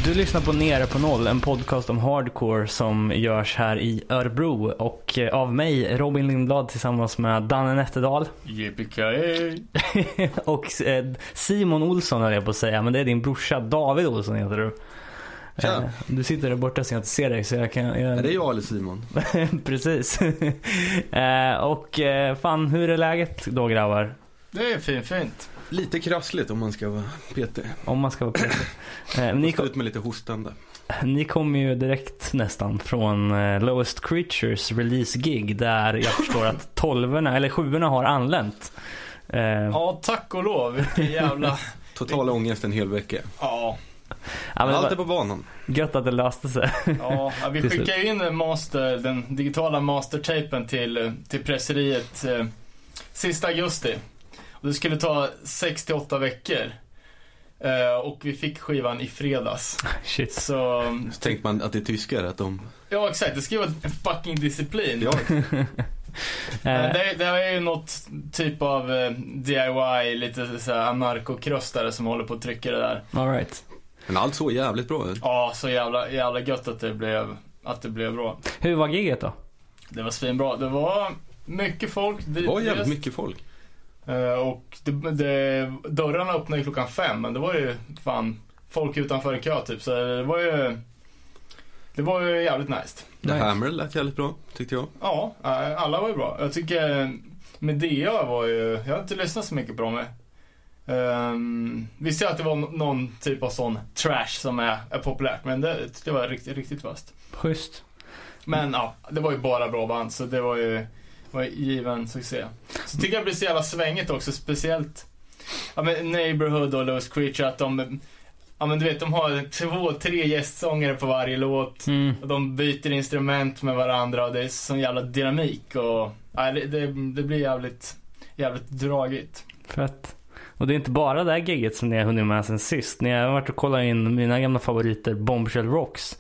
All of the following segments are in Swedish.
Du lyssnar på Nere på Noll, en podcast om hardcore som görs här i Örebro och av mig, Robin Lindblad, tillsammans med Danne Nätterdal och Simon Olsson höll jag på att säga, men det är din brorsa David Olsson heter du. Du sitter där borta så jag inte ser dig, så jag kan... Är det jag eller Simon? Precis. Och fan, hur är läget då, grabbar? Det är fint. Lite krassligt om man ska vara Peter. Om man ska vara Peter. Ni kom ut med lite hostande. Ni kom ju direkt nästan från Lowest Creatures release-gig, där jag förstår att 12-erna eller 7-erna har anlänt. Ja, tack och lov. Vilken jävla... Total ångest en hel vecka. Ja. Allt är på banan. Gött att det löste sig. Ja, vi skickade in den digitala mastertapen till presseriet sista augusti. Och det skulle ta 6-8 veckor. Och vi fick skivan i fredags. Shit. Så tänkte man att det är tyskar att de... Ja, exakt. Det ska vara en fucking disciplin. Ja. Det är ju något typ av DIY, lite så här anarko-krostare som håller på att trycka det där. All right. Men allt så jävligt bra. Ja, så jävla gött att det blev bra. Hur var giget då? Det var svinbra. Det var mycket folk. Det var jävligt mycket folk. Och dörrarna öppnade klockan 5, men det var ju fan folk utanför i kö typ, så det var ju jävligt nice. The Hammer lät jävligt bra, tyckte jag. Ja, alla var ju bra. Jag tycker Medea var ju, jag har inte lyssnat så mycket på dem. Visste jag att det var någon typ av sån trash som är populärt, men det var riktigt fast. Schysst. Men ja, det var ju bara bra band, så det var ju given succé. Så tycker jag det blir så jävla svängigt också, speciellt Neighborhood och Lowest Creature, att du vet, de har 2-3 gästsångare på varje låt. Och de byter instrument med varandra, och det är sån jävla dynamik, och det blir jävligt dragigt. Fett. Och det är inte bara det här giget som ni har hunnit med sen sist. Ni har varit och kollat in mina gamla favoriter, Bombshell Rocks.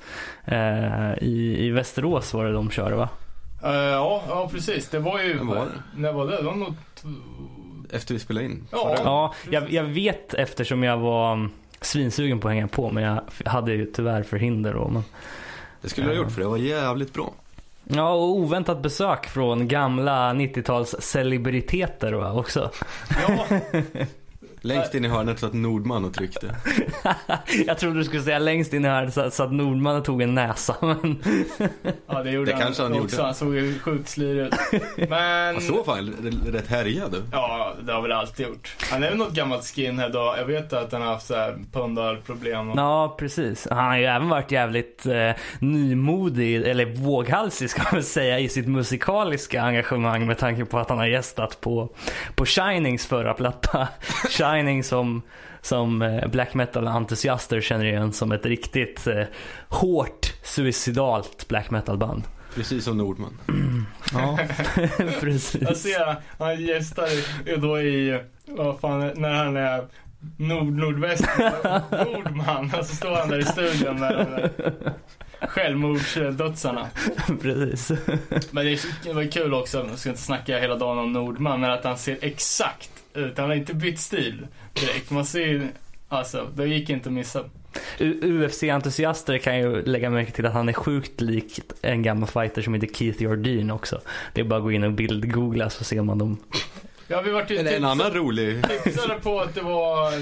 I Västerås var det de körde, va? Ja, precis. Det var ju... När var det? Det var nog... Efter vi spelade in. Ja, jag vet, eftersom jag var svinsugen på att hänga på, men jag hade ju tyvärr förhinder då. Men... Det skulle jag ha gjort, för det var jävligt bra. Ja, och oväntat besök från gamla 90-tals celebriteter, va, också. Ja. Längst in i hörnet satt Nordman och tryckte. Jag trodde du skulle säga längst in i hörnet satt Nordman och tog en näsa, men... Ja, det gjorde han också. Gjorde. Han såg ju sjukt slir ut. Men... Så fan, rätt härjad du. Ja, det har väl alltid gjort. Han är väl något gammalt skinhead, och jag vet att han har haft så här pundarproblem. Ja, precis. Han har ju även varit jävligt nymodig, eller våghalsig ska man säga, i sitt musikaliska engagemang, med tanke på att han har gästat på Shinings förra platta. Shining som black metal-entusiaster känner igen som ett riktigt hårt, suicidalt black metal-band. Precis som Nordman. Ja, precis. Jag ser han gästar då i, vad fan, när han är nordväst Nordman, och så står han där i studion med självmordsdödsarna. Precis. Men det var kul också, jag ska inte snacka hela dagen om Nordman, men att han ser exakt ut. Han har inte bytt stil direkt. Man ser, alltså, det gick inte att missa. UFC-entusiaster kan ju lägga märke till att han är sjukt lik en gammal fighter som heter Keith Jardine också. Det är bara att gå in och bildgoogla, så ser man dem. Ja, vi var en annan rolig. Tipsade på att det var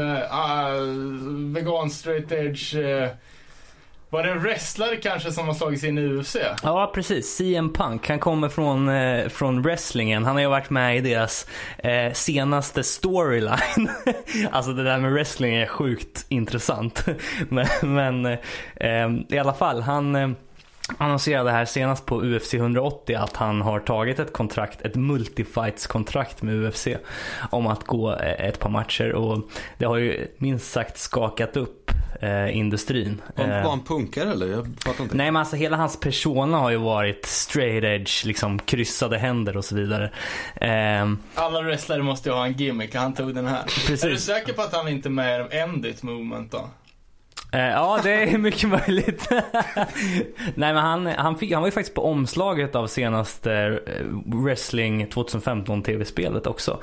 någon vegan straight edge. Var det en wrestlare kanske som har slagit sig in i UFC? Ja, precis. CM Punk. Han kommer från wrestlingen. Han har ju varit med i deras senaste storyline. Alltså det där med wrestling är sjukt intressant. men i alla fall, han annonserade här senast på UFC 180 att han har tagit ett multifights-kontrakt med UFC om att gå ett par matcher, och det har ju minst sagt skakat upp industrin. Var han punkare eller? Jag fattar inte. Nej, men alltså hela hans persona har ju varit straight edge, liksom kryssade händer och så vidare. Alla wrestlare måste ju ha en gimmick, han tog den här. Precis. Är du säker på att han inte är med i End It Movement då? Ja, det är mycket möjligt. Nej, men han var ju faktiskt på omslaget av senaste Wrestling 2015 tv-spelet också.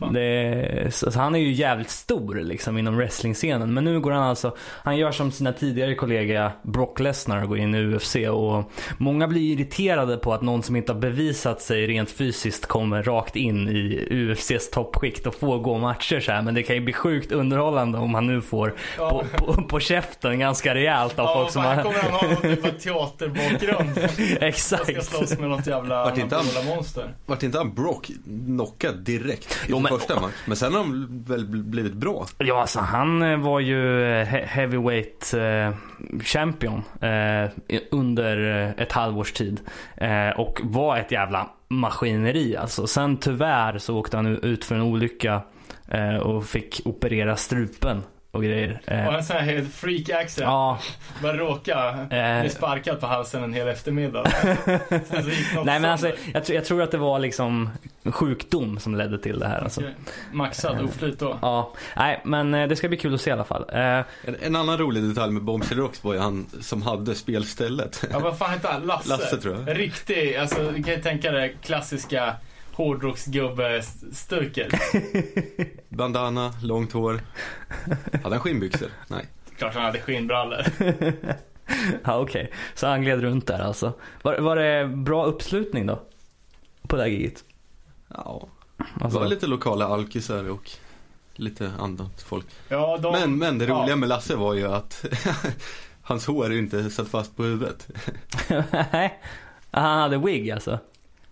Så han är ju jävligt stor liksom inom wrestling-scenen. Men nu går han gör som sina tidigare kollegor Brock Lesnar och går in i UFC. Och många blir irriterade på att någon som inte har bevisat sig rent fysiskt kommer rakt in i UFCs toppskikt och får gå matcher så här. Men det kan ju bli sjukt underhållande om han nu får på käften ganska rejält av folk som har... kommer han ha någon typ av teaterbakgrund. Exakt. Jag ska slåss med något jävla monster. Vart inte han Brock knockad direkt i första match? Men sen har han väl blivit bra. Ja, alltså han var ju heavyweight champion under ett halvårs tid. Och var ett jävla maskineri alltså. Sen tyvärr så åkte han ut för en olycka och fick operera strupen och grejer. Och en sån här helt freak accident. Ja. Bara råka bli sparkad på halsen en hel eftermiddag. Nej, men alltså, jag tror att det var liksom sjukdom som ledde till det här. Alltså. Maxad oflyt då. Ja, nej, men det ska bli kul att se i alla fall. En annan rolig detalj med Bombshell Rocks var ju han som hade spelstället. Ja, vad fan heter han? Lasse tror jag. Riktig, alltså du kan ju tänka dig klassiska hårdrocksgubbe-stuket. Bandana, långt hår. Hade han skinnbyxor? Nej. Klart han hade skinnbrallor. Ja, okej. Så han gled runt där alltså. Var det bra uppslutning då? På det här giget? Ja. Det var lite lokala alkisar och lite annat folk. Ja, men det roliga med Lasse var ju att hans hår är ju inte satt fast på huvudet. Nej. Han hade wig alltså.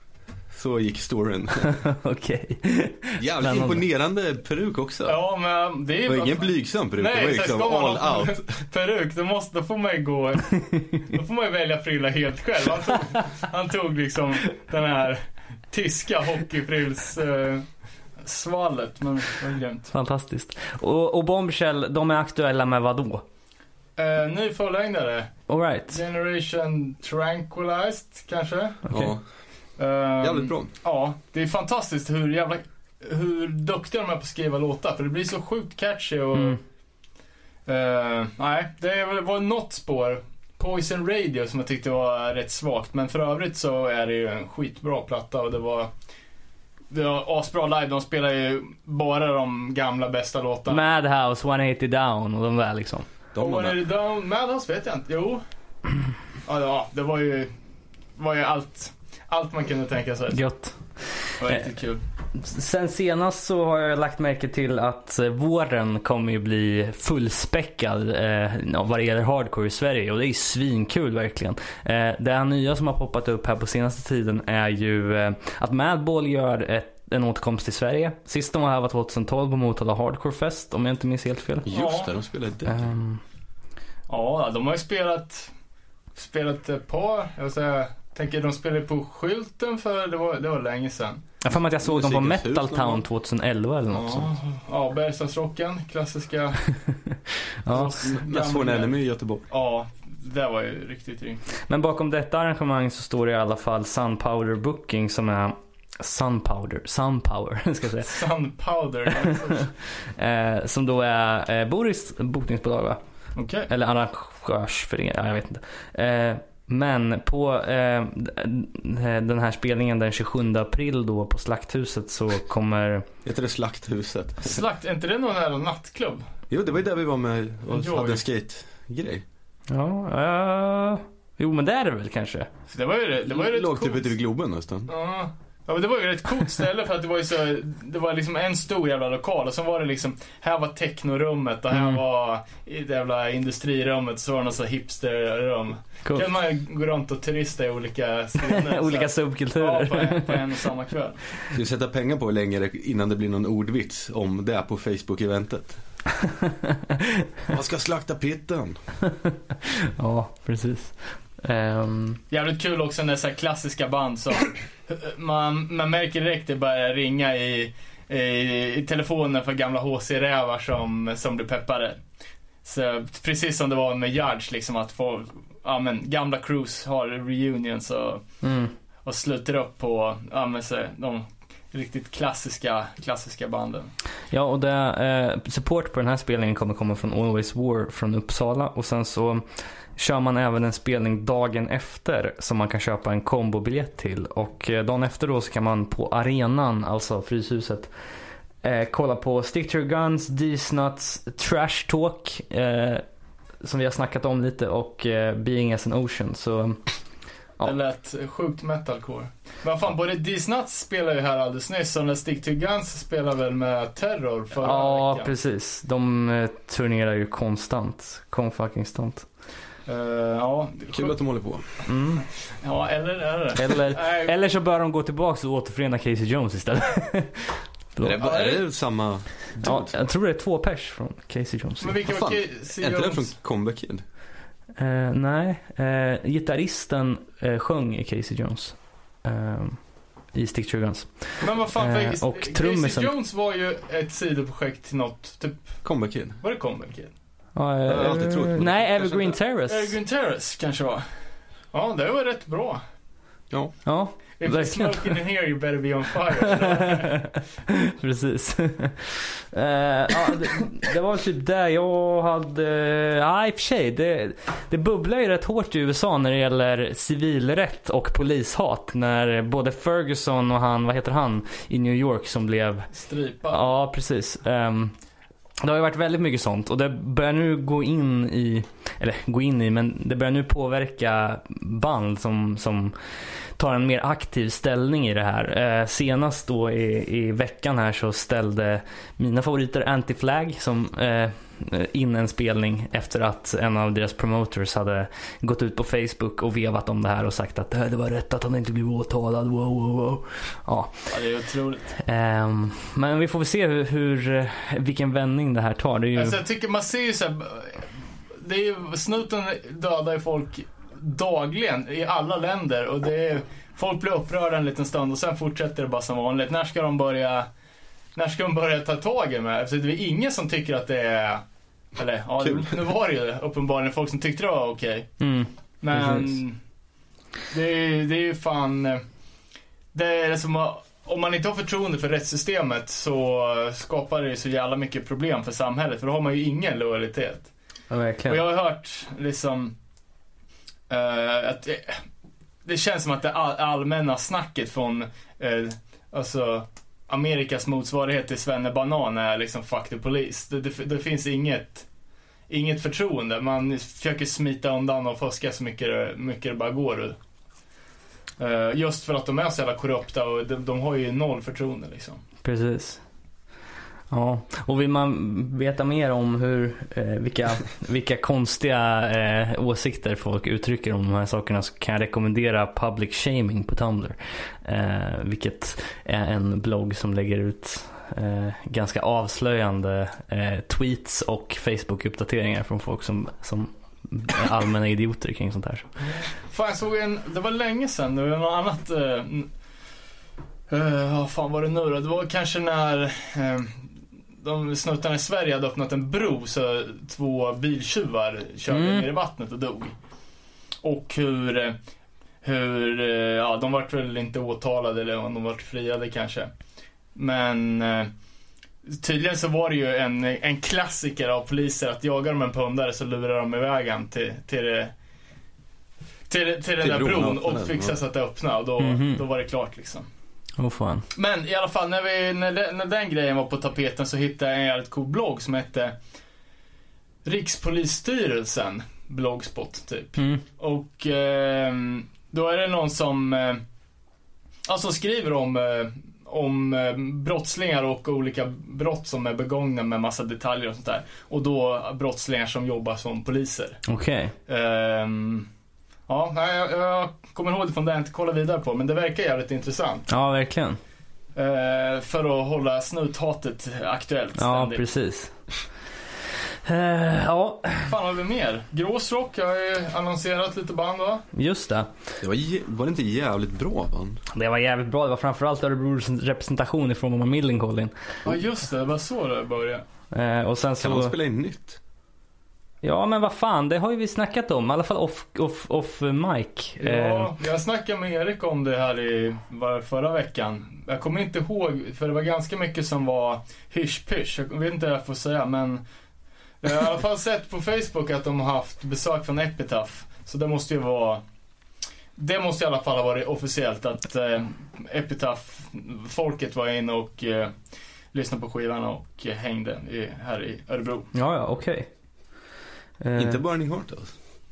Så gick storyn. Okej. Jävligt imponerande peruk också. Ja, men det var ingen blygsam peruk. Nej, det var liksom all out. Peruk, då får man ju gå. Då får man ju välja frilla helt själv. Han tog liksom den här tyska hockeyfrills svallet, men det var grymt. Fantastiskt. Och Bombshell, de är aktuella med vad då? Ny förlängdare. All right. Generation Tranquilized kanske. Okay. Ja. Jävligt bra. Ja, det är fantastiskt hur duktiga de är på att skriva låtar, för det blir så sjukt catchy och nej, det var något spår Poison Radio som jag tyckte var rätt svagt, men för övrigt så är det ju en skitbra platta och det var asbra live. De spelar ju bara de gamla bästa låtarna. Madhouse, 180 Down och de där liksom. 180 Down, Madhouse vet jag inte. Jo. Ja, det var ju allt man kunde tänka sig. Gött. Det var riktigt kul. Sen senast så har jag lagt märke till att våren kommer ju bli fullspäckad vad det gäller hardcore i Sverige, och det är svinkul verkligen. Det här nya som har poppat upp här på senaste tiden är ju att Madball gör en återkomst till Sverige. Sist de var här var 2012 på Motala Hardcore Fest, om jag inte minns helt fel. Just det, de spelade det. Ja, de har ju spelat ett par, jag vill säga. Tänker de spelade på Skylten för det var länge sedan. Jag får att jag såg dem på Metal Town 2011 eller något sånt. Ja, Bergslagsrocken, klassiska. Ja, Sworn Enemy i Göteborg. Ja, det var ju riktigt ringt. Men bakom detta arrangemang så står det i alla fall Sunpowder Booking, som är Sunpower ska jag säga. Sunpowder. Som då är Boris bokningsbolag, va? Okay. Eller arrangörsförening, jag vet inte. Men på den här spelningen den 27 april då på Slakthuset så kommer... Heter det Slakthuset? Är inte det någon här nattklubb? Jo, det var ju där vi var med och hade en skate-grej. Ja, jo men det är det väl kanske. Det var ju rätt lågt typ ute vid Globen nästan. Ja, men det var ju ett coolt ställe för att det var liksom en stor jävla lokal och så var det liksom, här var technorummet och här var det jävla industrirummet, så var det något så hipsterrum. Cool. Kan man gå runt och turista i olika scener. Olika subkulturer. Ja, på en och samma kväll. Ska vi sätta pengar på längre innan det blir någon ordvits om det är på Facebook-eventet? Man ska slakta pitten. Ja, precis. Jävligt kul också när så här klassiska band som man märker direkt det börjar ringa i telefonen för gamla HC-rävar som blir peppade. Så precis som det var med Judge liksom, att få gamla crews har reunions och sluter upp på så, de riktigt klassiska banden. Ja, och support på den här spelningen kommer komma från Always War från Uppsala. Och sen så kör man även en spelning dagen efter som man kan köpa en kombobiljett till. Och dagen efter då så kan man på arenan, alltså Fryshuset, kolla på Stick to Your Guns, These Nuts, Trash Talk, som vi har snackat om lite, och Being as an Ocean. Så ja. Det lät sjukt metalcore. Men fan, både These Nuts spelar ju här alldeles nyss, och Stick to Your Guns spelar väl med Terror förra veckan. Ja, precis. De turnerar ju konstant. Fucking-stant. Ja, kul att de håller på. Ja, eller är det? Eller så bör de gå tillbaka och återförena Casey Jones istället. Är det samma? Ja, jag tror det är 2 pers från Casey Jones. Men vilka var Casey Jones? Är inte det från Comeback Kid? Nej, gitarristen sjöng i Casey Jones i Stick to Your Guns. Men vad fan, och trummisen... Casey Jones var ju ett sidoprojekt till något typ... Comeback Kid? Var det Comeback Kid? Nej, Evergreen Terrace. Evergreen Terrace kanske var. Ja, det var rätt bra. Ja. If you're smoking in here, you better be on fire. Precis. Det var typ där jag hade... Ja, i och för sig. Det bubblar ju rätt hårt i USA när det gäller civilrätt och polishat. När både Ferguson och han, vad heter han, i New York som blev... Stripad. Ja, precis. Det har ju varit väldigt mycket sånt, och det börjar nu gå in i, men det börjar nu påverka band som tar en mer aktiv ställning i det här. Senast då i veckan här så ställde mina favoriter Anti-Flag som in en spelning efter att en av deras promoters hade gått ut på Facebook och vevat om det här och sagt att det var rätt att han inte blev åtalad. Wow. Ja, det är otroligt. Men vi får väl se vilken vändning det här tar. Det är ju... Alltså, jag tycker man ser ju så här, det är ju, snuten dödar ju folk dagligen i alla länder, och det är, folk blir upprörda en liten stund och sen fortsätter det bara som vanligt. När ska de börja ta tag i med? För det är ingen som tycker att det är, eller ja, nu var det ju uppenbarligen folk som tyckte det var okej. Men det är ju fan, det är som, om man inte har förtroende för rättssystemet så skapar det så jävla mycket problem för samhället, för då har man ju ingen lojalitet. Ja, verkligen. Och jag har hört liksom att det känns som att det allmänna snacket från alltså Amerikas motsvarighet till Svenne Banan är liksom fuck the police. Det finns inget förtroende. Man försöker smita undan och fuska så mycket det bara går. Just för att de är så jävla korrupta, och de har ju noll förtroende liksom. Precis. Ja, och vill man veta mer om vilka konstiga åsikter folk uttrycker om de här sakerna, så kan jag rekommendera Public Shaming på Tumblr, vilket är en blogg som lägger ut ganska avslöjande tweets och Facebook-uppdateringar från folk som är allmänna idioter kring sånt här. Fan, jag såg det var länge sedan, det var något annat vad fan var det nu då? Det var kanske när de snuttarna i Sverige hade öppnat en bro, så 2 biltjuvar körde ner i vattnet och dog. Och hur ja, de var väl inte åtalade, eller om de var friade kanske. Men tydligen så var det ju en klassiker av poliser att jaga dem en pundare, så lurar de iväg han till den där bron och fixa så att det öppnade, och då var det klart liksom. Fan. Men i alla fall, när den grejen var på tapeten så hittade jag en jävligt cool blogg som hette Rikspolisstyrelsen blogspot typ. Och då är det någon som alltså skriver om brottslingar och olika brott som är begångna med massa detaljer och sånt där. Och då brottslingar som jobbar som poliser. Okej. Ja, jag kommer ihåg det från det jag inte kollar vidare på, men det verkar jävligt intressant. Ja, verkligen. För att hålla snuthatet aktuellt ständigt. Ja, precis. Ja. Fan, har vi mer? Gråsrock, jag har ju annonserat lite band, va? Just det. Var det inte jävligt bra band? Det var jävligt bra, det var framförallt Örebros representation ifrån Mamma Millencolin. Ja, just det var så det började. Och sen så... Kan man spela in nytt? Ja, men vad fan, det har ju vi snackat om. I alla fall off mic. Ja, jag snackade med Erik om det här förra veckan. Jag kommer inte ihåg, för det var ganska mycket som var hysch-pysch. Jag vet inte vad jag får säga, men jag har i alla fall sett på Facebook att de har haft besök från Epitaph. Så det måste ju vara... Det måste i alla fall ha varit officiellt att Epitaph-folket var inne och lyssnade på skivan och hängde här i Örebro. Ja, okej. Inte Burning Heart alltså?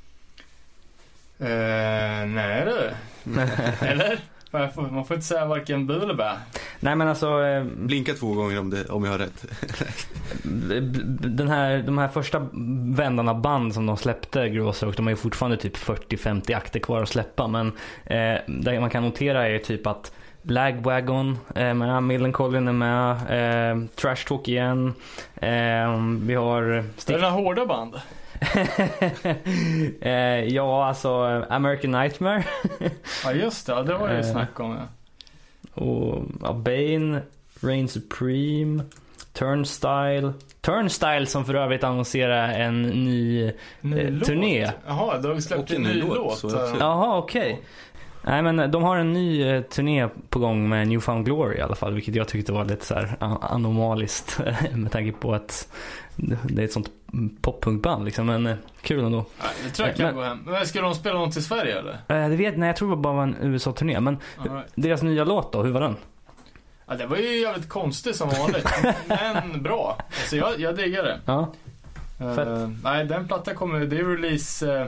Nej du. Eller? Man får inte säga varken bu eller bä. Nej, men alltså... Blinka 2 gånger om jag har rätt. De här första vändan av band som de släppte, Gråsok, de har ju fortfarande typ 40-50 akter kvar att släppa. Men det man kan notera är typ att Lagwagon med, Millencolin är med, Trash Talk igen. Vi har... Är det några hårda band? Ja, alltså American Nightmare. Ja, just det. Det var ju snack om det. Och Bane, Reign Supreme, Turnstile som för övrigt annonserar en ny turné. Jaha, de har släppt en ny låt. Jaha, okej. Nej, men de har en ny turné på gång med New Found Glory i alla fall, vilket jag tyckte var lite så här anomaliskt med tanke på att det är ett sånt poppunkband liksom, men kul ändå. Nej, det tror jag kan gå hem. Men ska de spela något till Sverige eller? Nej, jag tror det bara var en USA-turné, men deras nya låt då, hur var den? Ja, det var ju jävligt konstigt som vanligt, men bra. Så jag diggar det. Ja. Fett. Nej, den plattan kommer, det är release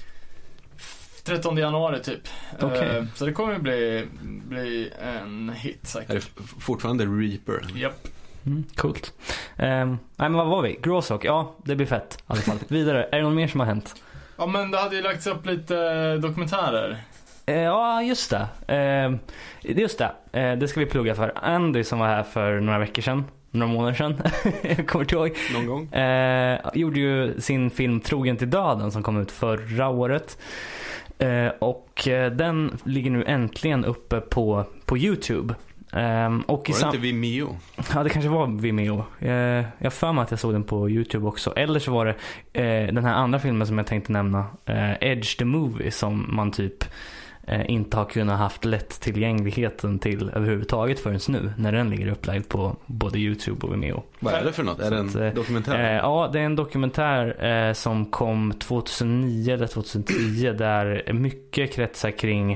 13 januari typ. Okay. Så det kommer bli en hit säkert. Är det fortfarande Reaper? Japp. Coolt. Nej, men vad var vi? Gråsok, ja, det blir fett i alla fall. Vidare, är det något mer som har hänt? Ja, men det hade ju lagts upp lite dokumentärer. Ja, just det. Det ska vi plugga för. Andy som var här för några veckor sedan, några månader sedan, jag kommer inte ihåg. Någon gång. Gjorde ju sin film Trogen till döden som kom ut förra året. Och den ligger nu äntligen uppe på YouTube. Och var det inte Vimeo? Ja, det kanske var Vimeo. Jag för mig att jag såg den på YouTube också. Eller så var det den här andra filmen som jag tänkte nämna, Edge the Movie, som man typ inte har kunnat haft lätt tillgängligheten till överhuvudtaget förrän nu, när den ligger upplagd på både YouTube och Vimeo. Vad är det för något? Är det en dokumentär? Ja, det är en dokumentär som kom 2009 eller 2010, där mycket kretsar kring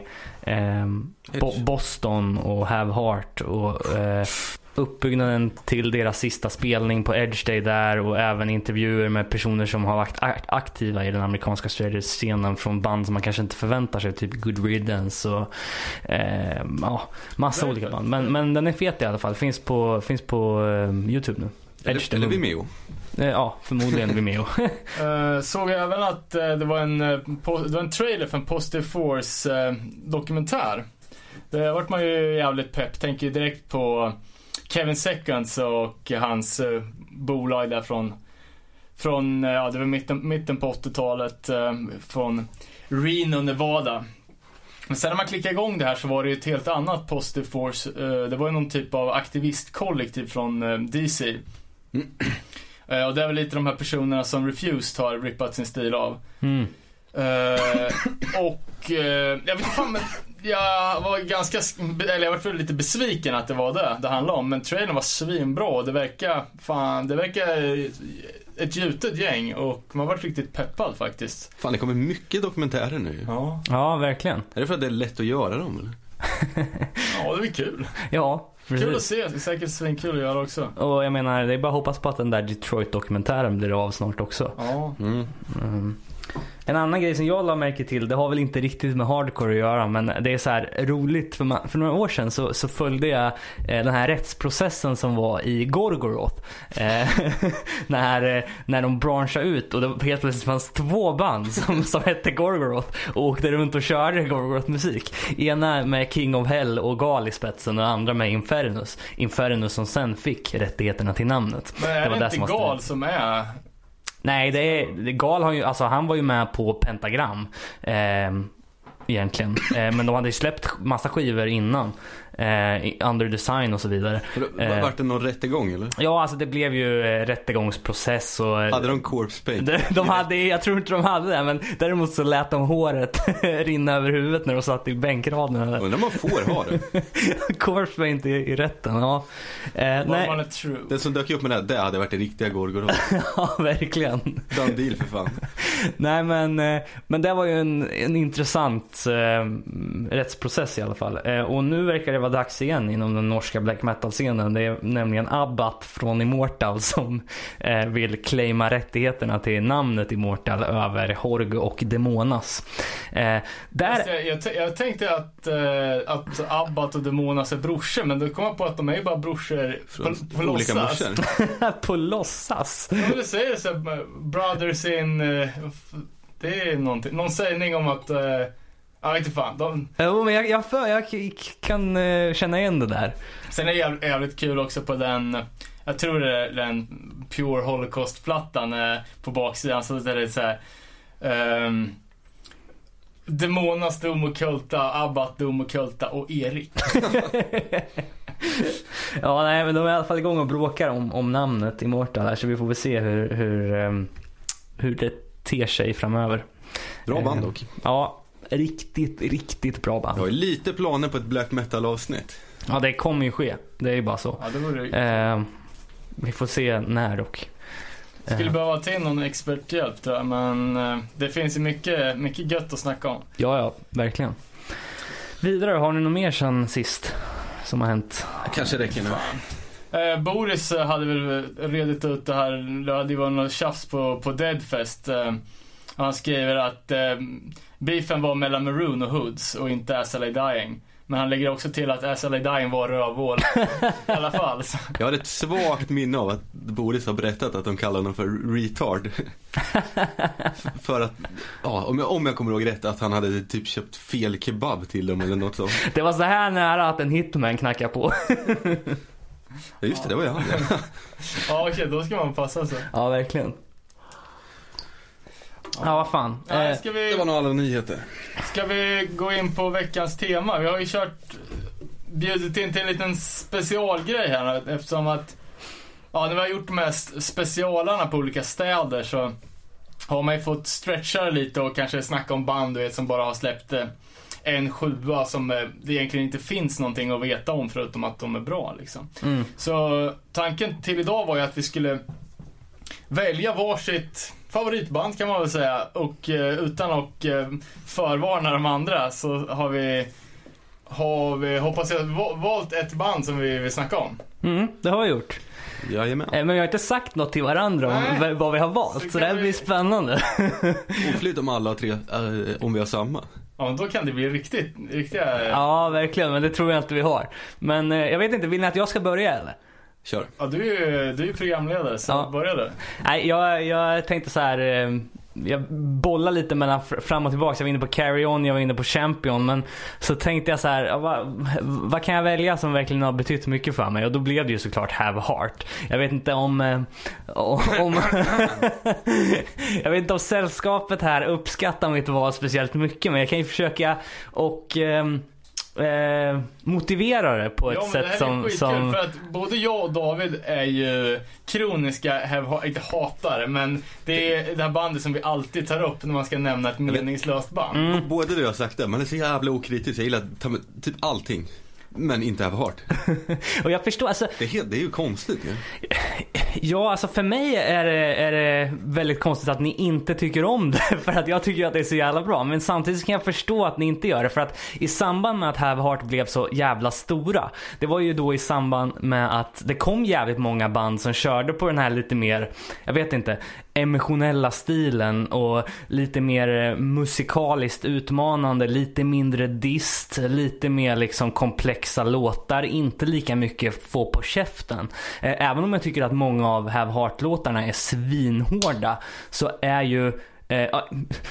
Boston och Have Heart och uppbyggnaden till deras sista spelning på Edge Day där, och även intervjuer med personer som har varit aktiva i den amerikanska scenen från band som man kanske inte förväntar sig, typ Good Riddance och massa olika band. Men den är fet i alla fall. Finns på YouTube nu. Eller Vimeo? Ja, förmodligen Vimeo. Såg jag även att det var en trailer för en Positive Force dokumentär. Det vart man ju jävligt pepp. Tänker direkt på Kevin Seconds och hans bolag där från det var mitten på 80-talet, från Reno, Nevada. Men sen när man klickade igång det här så var det ju ett helt annat Positive Force. Det var ju någon typ av aktivistkollektiv från DC. Och det är väl lite de här personerna som Refused har rippat sin stil av. Och jag vet fan, men jag var för lite besviken att det var det handlade om. Men trailern var svinbra och det verkar ett gjutet gäng. Och man var riktigt peppad faktiskt. Fan, det kommer mycket dokumentärer nu. Ja, verkligen. Är det för att det är lätt att göra dem eller? Ja, det är kul. Ja, precis. Kul att se, det är säkert svinkul att göra också. Och jag menar, det är bara att hoppas på att den där Detroit-dokumentären blir av snart också. Ja. En annan grej som jag la märke till, det har väl inte riktigt med hardcore att göra, men det är så här roligt, för några år sedan så följde jag den här rättsprocessen som var i Gorgoroth, när de branschade ut och det helt plötsligt fanns 2 band som hette Gorgoroth och åkte runt och körde Gorgoroth-musik. Ena med King of Hell och Gal i spetsen och andra med Infernus som sen fick rättigheterna till namnet. Men är det inte Gal som är... Nej, Gal har ju, alltså han var ju med på Pentagram. egentligen. Men de hade ju släppt massa skivor innan. Under Design och så vidare. Var det någon rättegång eller? Ja, alltså det blev ju rättegångsprocess och, hade de corpse paint? De hade, jag tror inte de hade det, men däremot så lät de håret rinna över huvudet när de satt i bänkraden. Undrar om man får ha det. Corpse paint i rätten, ja. Nej. Den som dök upp med det hade varit en riktiga Gorgoroth. Ja, verkligen. Done deal för fan. Nej, men det var ju en intressant rättsprocess i alla fall. Och nu verkar det vara dags igen inom den norska black metal-scenen. Det är nämligen Abbat från Immortal som vill claima rättigheterna till namnet Immortal över Horg och Demonas. Jag tänkte att Abbat och Demonas är brorsor, men då kom jag på att de är ju bara brorsor på olika låtsas. På låtsas? Jag vill säga så, brothers in... det är någon sägning om att... jag vet inte fan. Jo, men jag kan känna igen det där. Sen är det jävligt kul också på den... Jag tror det är den Pure Holocaust-plattan på baksidan. Så där det är så här... Demonas, Domokulta, Abbat, Domokulta och Erik. Ja, nej, men de är i alla fall igång och bråkar om namnet Immortal här, så vi får väl se hur det ter sig framöver. Bra band dock. Ja, riktigt bra band. Jag har lite planer på ett black metal-avsnitt. Ja, det kommer ju ske. Det är ju bara så. Ja, det vore... vi får se när och... Skulle behöva till någon experthjälp tror jag, men det finns ju mycket gött att snacka om. Ja, verkligen. Vidare, har ni något mer sen sist som har hänt? Kanske räcker nu. Boris hade väl redigt ut det här. Det var något tjafs på Deadfest. Han skriver att beefen var mellan Maroon och Hoods och inte SLA Dying. Men han lägger också till att SLA Dying var rövhål i alla fall. Så. Jag har ett svagt minne av att Boris har berättat att de kallar honom för retard. För att, ja, om jag kommer ihåg rätt, att han hade typ köpt fel kebab till dem eller något så. Det var så här nära att en hitman knackar på. Ja, just det var jag. Ja, okej, då ska man passa sig. Ja, verkligen. Ja, vad fan. Det var nog alla nyheter. Ska vi gå in på veckans tema? Vi har ju bjudit in till en liten specialgrej här, eftersom att när vi har gjort de här specialarna på olika städer så har man ju fått stretcha lite och kanske snacka om band som bara har släppt en 7 som det egentligen inte finns någonting att veta om förutom att de är bra liksom. Så tanken till idag var ju att vi skulle välja varsitt favoritband kan man väl säga, och utan att förvarna de andra så har vi hoppas jag valt ett band som vi vill snacka om. Det har vi gjort. Jajamän. Men vi har inte sagt något till varandra om vad vi har valt, så det här blir spännande. Oflyt om alla tre, om vi har samma. Ja, då kan det bli riktiga... Ja, verkligen, men det tror jag inte vi har. Men jag vet inte, vill ni att jag ska börja eller? Kör. Ja, du är ju programledare, så börja du. Nej, jag tänkte så här. Jag bollar lite mellan fram och tillbaka. Jag var inne på Carry On, jag var inne på Champion. Men så tänkte jag så här, vad kan jag välja som verkligen har betytt mycket för mig? Och då blev det ju såklart Have Heart. Jag vet inte om jag vet inte om sällskapet här uppskattar mitt val speciellt mycket. Men jag kan ju försöka och motivera det på ett sätt som för att både jag och David är ju kroniska inte hatare, men det är det här bandet som vi alltid tar upp när man ska nämna ett meningslöst band. Både du har sagt det, man är så jävla okritisk. Jag gillar typ allting, men inte Have Heart. Och jag förstår, alltså, det är ju konstigt ju. Ja, alltså för mig är det väldigt konstigt att ni inte tycker om det. För att jag tycker att det är så jävla bra. Men samtidigt kan jag förstå att ni inte gör det. För att i samband med att Have Heart blev så jävla stora, det var ju då i samband med att det kom jävligt många band som körde på den här lite mer, jag vet inte, emotionella stilen och lite mer musikaliskt utmanande, lite mindre dist, lite mer liksom komplexa låtar, inte lika mycket få på käften. Även om jag tycker att många av Have Heart-låtarna är svinhårda, så är ju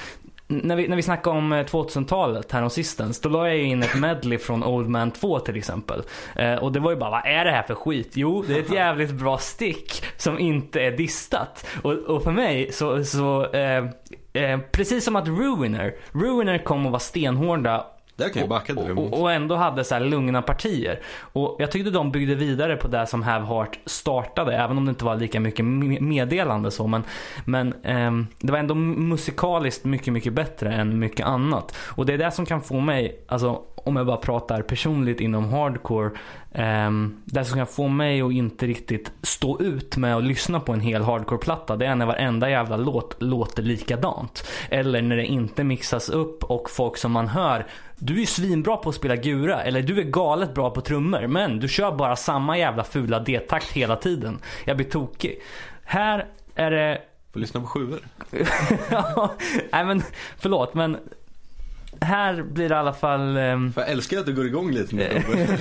när vi snackade om 2000-talet här om sistens, då la jag in ett medley från Old Man 2 till exempel. Och det var ju bara, vad är det här för skit? Jo, det är ett jävligt bra stick som inte är distat. Och för mig så precis som att Ruiner kom och var stenhårda Där kan jag backa och ändå hade så här lugna partier. Och jag tyckte de byggde vidare på det som Have Heart startade, även om det inte var lika mycket meddelande så. Men det var ändå musikaliskt mycket, mycket bättre än mycket annat. Och det är det som kan få mig, alltså om jag bara pratar personligt inom hardcore, det som kan få mig att inte riktigt stå ut med att lyssna på en hel hardcore-platta, det är när varenda jävla låt låter likadant. Eller när det inte mixas upp och folk som man hör, du är ju svinbra på att spela gura, eller du är galet bra på trummor, men du kör bara samma jävla fula D-takt hela tiden. Jag blir tokig. Här är det... Får lyssna på sjuor. Ja, nej men förlåt, men här blir det i alla fall jag älskar att du går igång lite med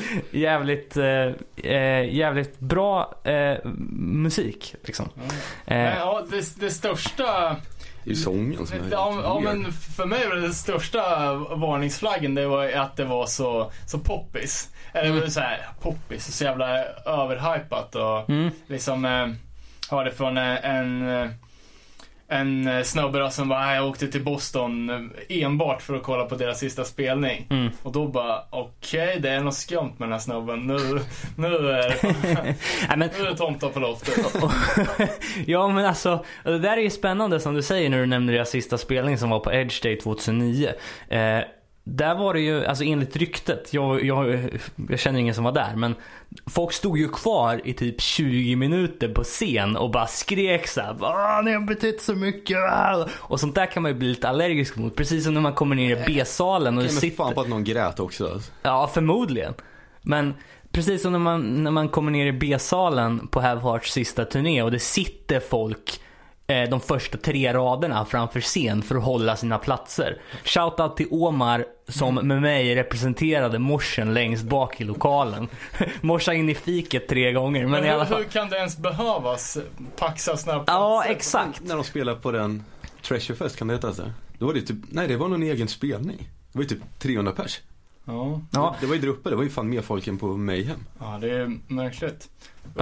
jävligt bra musik liksom. Ja, det största, det är ju sången som ja, men för mig var det största varningsflaggen, det var att det var så poppis. Eller så här poppis, så jävla överhypat och liksom hörde från en snubbe som bara, jag åkte till Boston enbart för att kolla på deras sista spelning. Och då bara, okej, det är något skumt med den här snubben. Nu är det tomtar på loftet. Ja, men alltså, det där är ju spännande som du säger när du nämner deras sista spelning som var på Edge Day 2009. Där var det ju, alltså enligt ryktet, jag känner ingen som var där, men folk stod ju kvar i typ 20 minuter på scen och bara skrek så här, ni har betytt så mycket. Och sånt där kan man ju bli lite allergisk mot, precis som när man kommer ner i B-salen och det sitter... fan på att någon grät också alltså. Ja, förmodligen. Men precis som när man kommer ner i B-salen på Have Hearts sista turné och det sitter folk de första 3 raderna framför scen för att hålla sina platser. Shoutout till Omar som med mig representerade morsen längst bak i lokalen. Morsa in i fiket 3 gånger. Men i alla fall... hur kan det ens behövas paxa snabbt? Ja, exakt. När de spelar på den Treasure Fest, kan det heta så? Då var det typ, nej, det var någon egen spelning. Det var ju typ 300 pers. Ja. Det var ju där uppe, det var ju fan mer folk än på Mayhem. Ja, det är märkligt. Ja,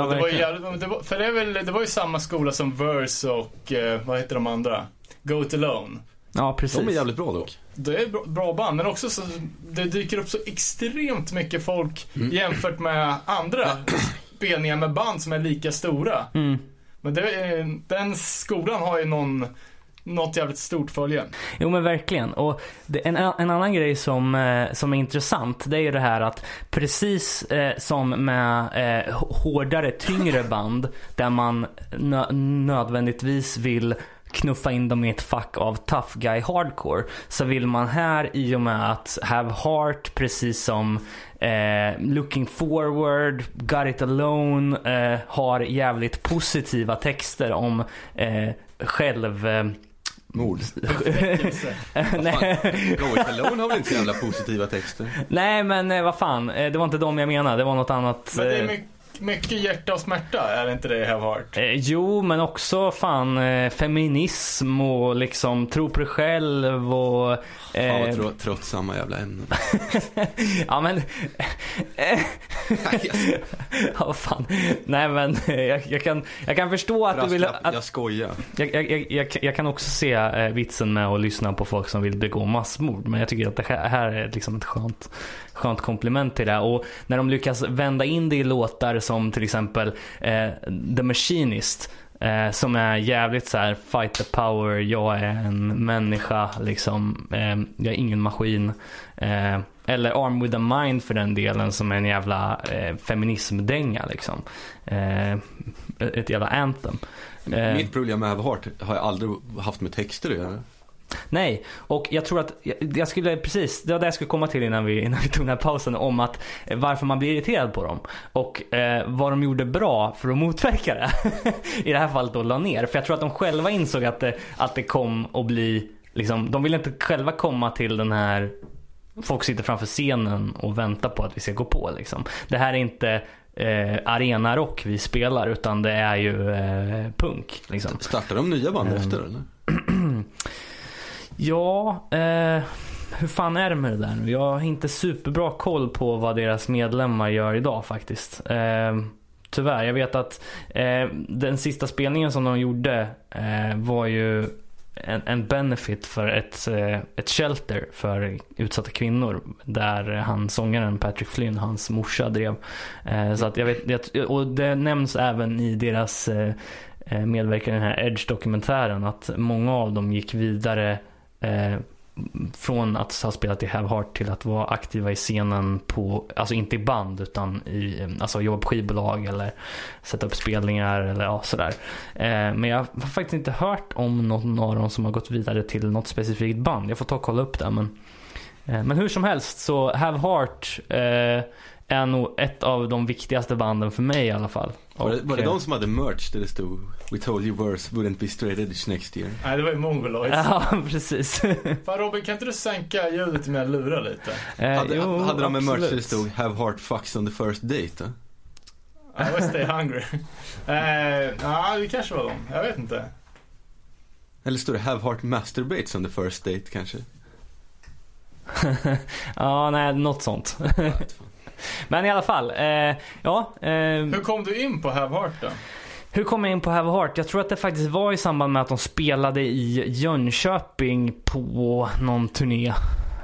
det var ju samma skola som Verse och vad heter de andra? Go It Alone. Ja, precis. De är jävligt bra dock. Det är bra band, men också så det dyker upp så extremt mycket folk jämfört med andra spelningar med band som är lika stora. Men den skolan har ju något jävligt stort följe. Jo, men verkligen. Och en annan grej som är intressant, det är ju det här att precis som med hårdare, tyngre band där man nödvändigtvis vill knuffa in dem i ett fack av tough guy hardcore, så vill man här, i och med att Have Heart, precis som Looking Forward, Got It Alone, har jävligt positiva texter om mord. Nej. Go It Alone har väl inte så jävla positiva texter? Nej, men vad fan, det var inte dem jag menade, det var något annat. Men det är mycket hjärta och smärta, är det inte det Have Heart? Jo, men också fan feminism och liksom tro på dig själv och trots samma jävla ämne. ja, men ja, fan. Nej, men jag kan förstå att du vill att... Jag skojar. Jag kan också se vitsen med att lyssna på folk som vill begå massmord, men jag tycker att det här är liksom ett skönt komplement till det. Och när de lyckas vända in det i låtar som till exempel The Machinist, som är jävligt så här fight the power, jag är en människa liksom, jag är ingen maskin, eller Arm with a Mind för den delen, som är en jävla feminismdänga liksom, ett jävla anthem. Mitt problem med Have Heart har jag aldrig haft med texter att göra. Nej, och jag tror att jag skulle precis, det var det jag skulle komma till innan vi tog den här pausen, om att varför man blir irriterad på dem och vad de gjorde bra för att motverka det. I det här fallet då la ner, för jag tror att de själva insåg att det kom att bli liksom, de vill inte själva komma till den här, folk sitter framför scenen och väntar på att vi ska gå på liksom. Det här är inte arena rock vi spelar, utan det är ju punk liksom. Startar de nya band efter eller? Ja, hur fan är det med det där nu? Jag har inte superbra koll på vad deras medlemmar gör idag faktiskt. Tyvärr, jag vet att den sista spelningen som de gjorde var ju en benefit för ett shelter för utsatta kvinnor där sångaren Patrick Flynn, hans morsa, drev. Så att jag vet, och det nämns även i deras medverkan i den här Edge-dokumentären att många av dem gick vidare från att ha spelat i Have Heart till att vara aktiva i scenen alltså inte i band utan alltså jobba på skivbolag eller sätta upp spelningar eller sådär. Men jag har faktiskt inte hört om någon av dem som har gått vidare till något specifikt band. Jag får ta och kolla upp det, men hur som helst så Have Heart är nog ett av de viktigaste banden för mig i alla fall. Var det de som hade merch där det stod We told you verse wouldn't be straight edge next year? Nej, det var ju Mongoloids. Ja, precis. Fan Robin, kan inte du sänka ljudet med att lura lite? Hade de en merch där det stod Have Heart fucks on the first date? I was stay hungry. Det kanske var de. Jag vet inte. Eller stod det Have Heart masturbates on the first date kanske? Ja, nej, något sånt. Men i alla fall, Hur kom du in på Have Heart då? Hur kom jag in på Have Heart? Jag tror att det faktiskt var i samband med att de spelade i Jönköping på någon turné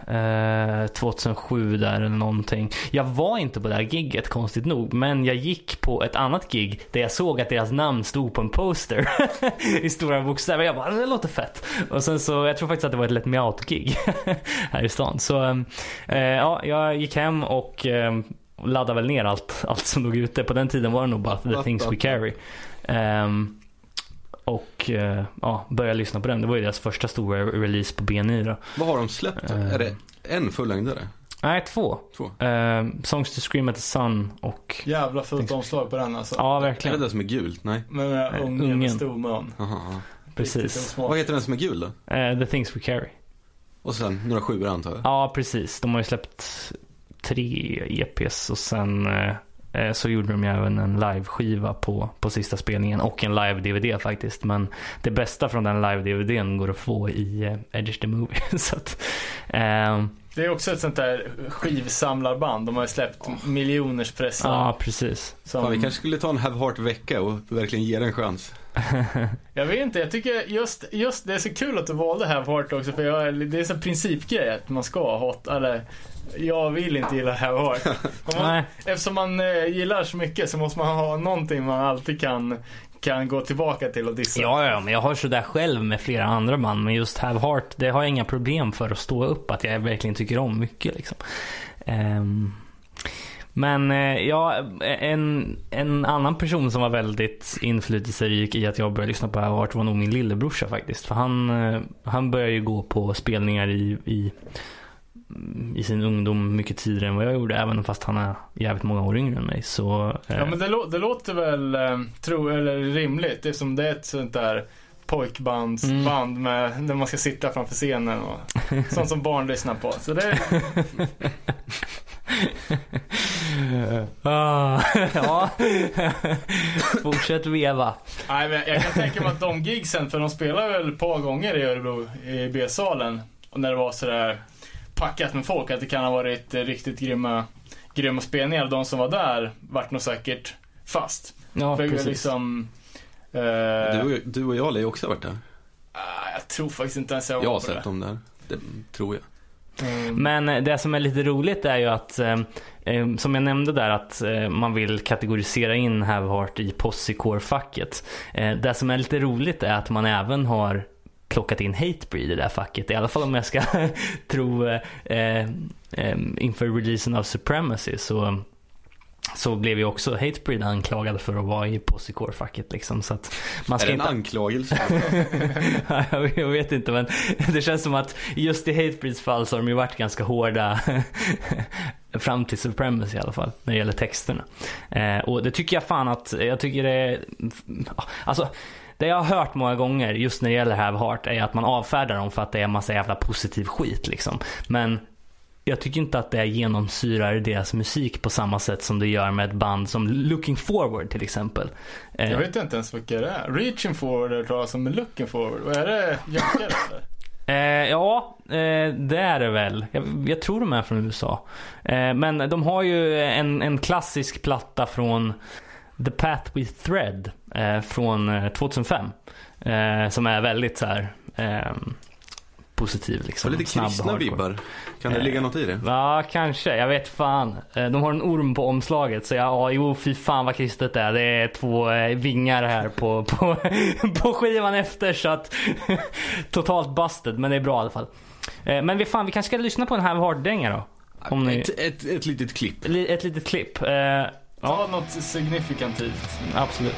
2007 där eller någonting. Jag var inte på det här gigget, konstigt nog, men jag gick på ett annat gig där jag såg att deras namn stod på en poster i stora bokstäver. Jag bara, det låter fett. Och sen så, jag tror faktiskt att det var ett Let Me Out-gig här i stan. Så jag gick hem och laddade väl ner allt som låg ute. På den tiden var det nog bara The Things We Carry. Och började lyssna på den. Det var ju deras första stora release på BNI då. Vad har de släppt? Är det en fullängdare? Nej, två. Songs to Scream at the Sun och... Jävla fult omslag på den alltså. Ja, verkligen. Är det som är gult? Nej. Men ungen med stor mun. Precis. Vad heter den som är gul då? The Things We Carry. Och sen några 7 antar jag. Ja, precis. De har ju släppt 3 EPs och sen så gjorde de ju även en live-skiva på sista spelningen och en live-DVD faktiskt. Men det bästa från den live-DVDn går att få i Edge the Movie. Så att, det är också ett sånt där skivsamlarband. De har ju släppt miljoners pressar. Ja, precis. Fan, vi kanske skulle ta en Have Heart-vecka och verkligen ge den en chans. Jag vet inte, jag tycker just det är så kul att du valde Have Heart också. För det är en sån principgrej att man ska ha eller jag vill inte gilla Have Heart. Eftersom man gillar så mycket så måste man ha någonting man alltid kan gå tillbaka till och dissa. Ja, men jag har sådär själv med flera andra band. Men just Have Heart, det har jag inga problem för att stå upp. Att jag verkligen tycker om mycket liksom. Men en annan person som var väldigt inflytelserik i att jag började lyssna på Have Heart var nog min lillebrorsa faktiskt. För han började ju gå på spelningar i sin ungdom mycket tidigare än vad jag gjorde, även fast han är jävligt många år yngre än mig. Så, ja, men det låter väl rimligt. Det är som det är ett sånt där pojkbandsband där man ska sitta framför scenen och sånt som barn lyssnar på. Så det ja. Fortsätt veva. Nej, men jag kan tänka mig att de gigsen, för de spelar väl ett par gånger i Örebro i B-salen, och när det var sådär packat med folk, att det kan ha varit riktigt grymma spelningar. De som var där vart nog säkert fast. Ja, för precis. Liksom, du och jag har ju också varit där. Jag tror faktiskt inte ens jag har sett dem där. Det tror jag. Men det som är lite roligt är ju att som jag nämnde där, att man vill kategorisera in Have Heart i Possecore-facket. Det som är lite roligt är att man även har plockat in Hatebreed i det här facket. I alla fall om jag ska tro inför releasen av Supremacy så blev ju också Hatebreed anklagade för att vara i Possecore-facket liksom. Så att man ska är det en anklagelse? Jag vet inte, men det känns som att just i Hatebreeds fall så har de ju varit ganska hårda fram till Supremacy i alla fall, när det gäller texterna. Och det tycker jag fan att jag tycker det är, alltså det jag har hört många gånger just när det gäller Have Heart är att man avfärdar dem för att det är en massa jävla positiv skit liksom. Men jag tycker inte att det genomsyrar deras musik på samma sätt som det gör med ett band som Looking Forward till exempel. Jag vet inte ens vad det är. Reaching Forward tror jag som är Looking Forward. Vad är det? Jackar eller? Det är det väl. Jag tror de är från USA. Men de har ju en klassisk platta från The Path We Thread från 2005 som är väldigt så här positiv liksom. Lite kristna vibbar. Kan det ligga något i det? Ja, kanske. Jag vet fan. De har en orm på omslaget. Så fy fan vad kristet det är. Det är 2 vingar här på skivan efter. Så att totalt busted. Men det är bra i alla fall. Men vi kanske ska lyssna på en Have Heart-dänga då. Ett litet klipp. Ett litet klipp. Ja, något signifikativt. Absolut.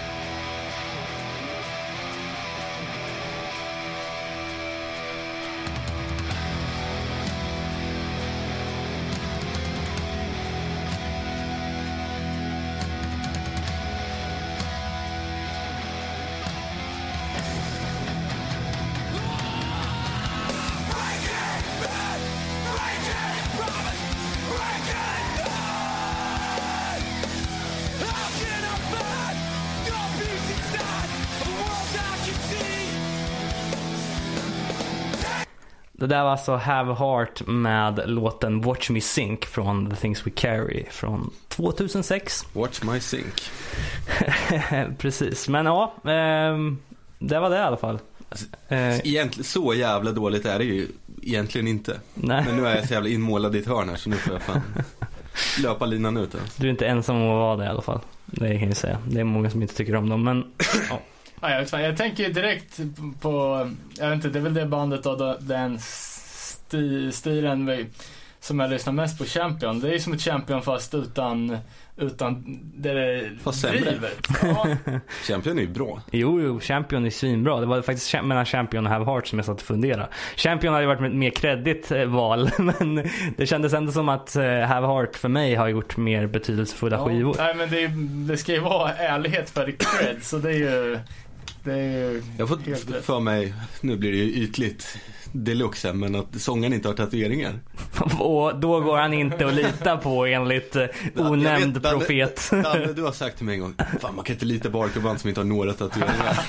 Det där var alltså Have Heart med låten Watch Me Sink från The Things We Carry från 2006. Watch My Sink. Precis, men ja, det var det i alla fall. Egentligen, så jävla dåligt är det ju egentligen inte. Nej. Men nu är jag så jävla inmålad i ett hörn här, så nu får jag fan löpa linan ut. Du är inte ensam om att vara det i alla fall. Det kan jag säga. Det är många som inte tycker om dem, men ja. Ja, jag tänker direkt på, jag vet inte, det är väl det bandet och den stilen som jag lyssnar mest på, Champion. Det är som ett Champion fast utan det fast drivet. Ja. Champion är ju bra. Jo, Champion är svinbra. Det var faktiskt mellan Champion och Have Heart som jag satt och fundera. Champion hade ju varit ett mer kreddigt val, men det kändes ändå som att Have Heart för mig har gjort mer betydelsefulla skivor. Nej, men det ska ju vara ärlighet för cred, så det är ju jag har fått för mig, nu blir det ju ytligt deluxe, men att sången inte har tatueringar. Och då går han inte att lita på enligt onämnd profet. Danne, du har sagt till mig en gång, fan, man kan inte lita på hardcoreband som inte har några tatueringar.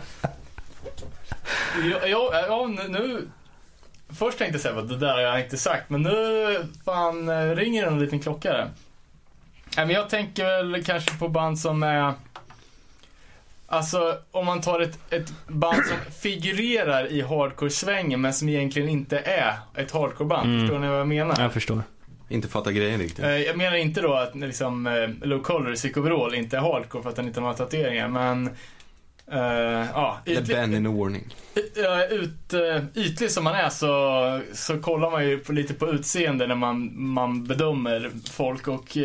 Nu först tänkte jag säga vad det där har jag inte sagt, men nu fan ringer en liten klocka där. Men jag tänker väl kanske på band som är, alltså om man tar ett band som figurerar i hardcore-svängen men som egentligen inte är ett hardcore-band. Förstår ni vad jag menar? Jag förstår. Inte fatta grejen riktigt. Jag menar inte då att liksom Low Color, Psychoverall inte är hardcore för att den inte har tatueringar, men Ben in a warning. Ytlig som man är, så kollar man ju lite på utseende när man bedömer folk, och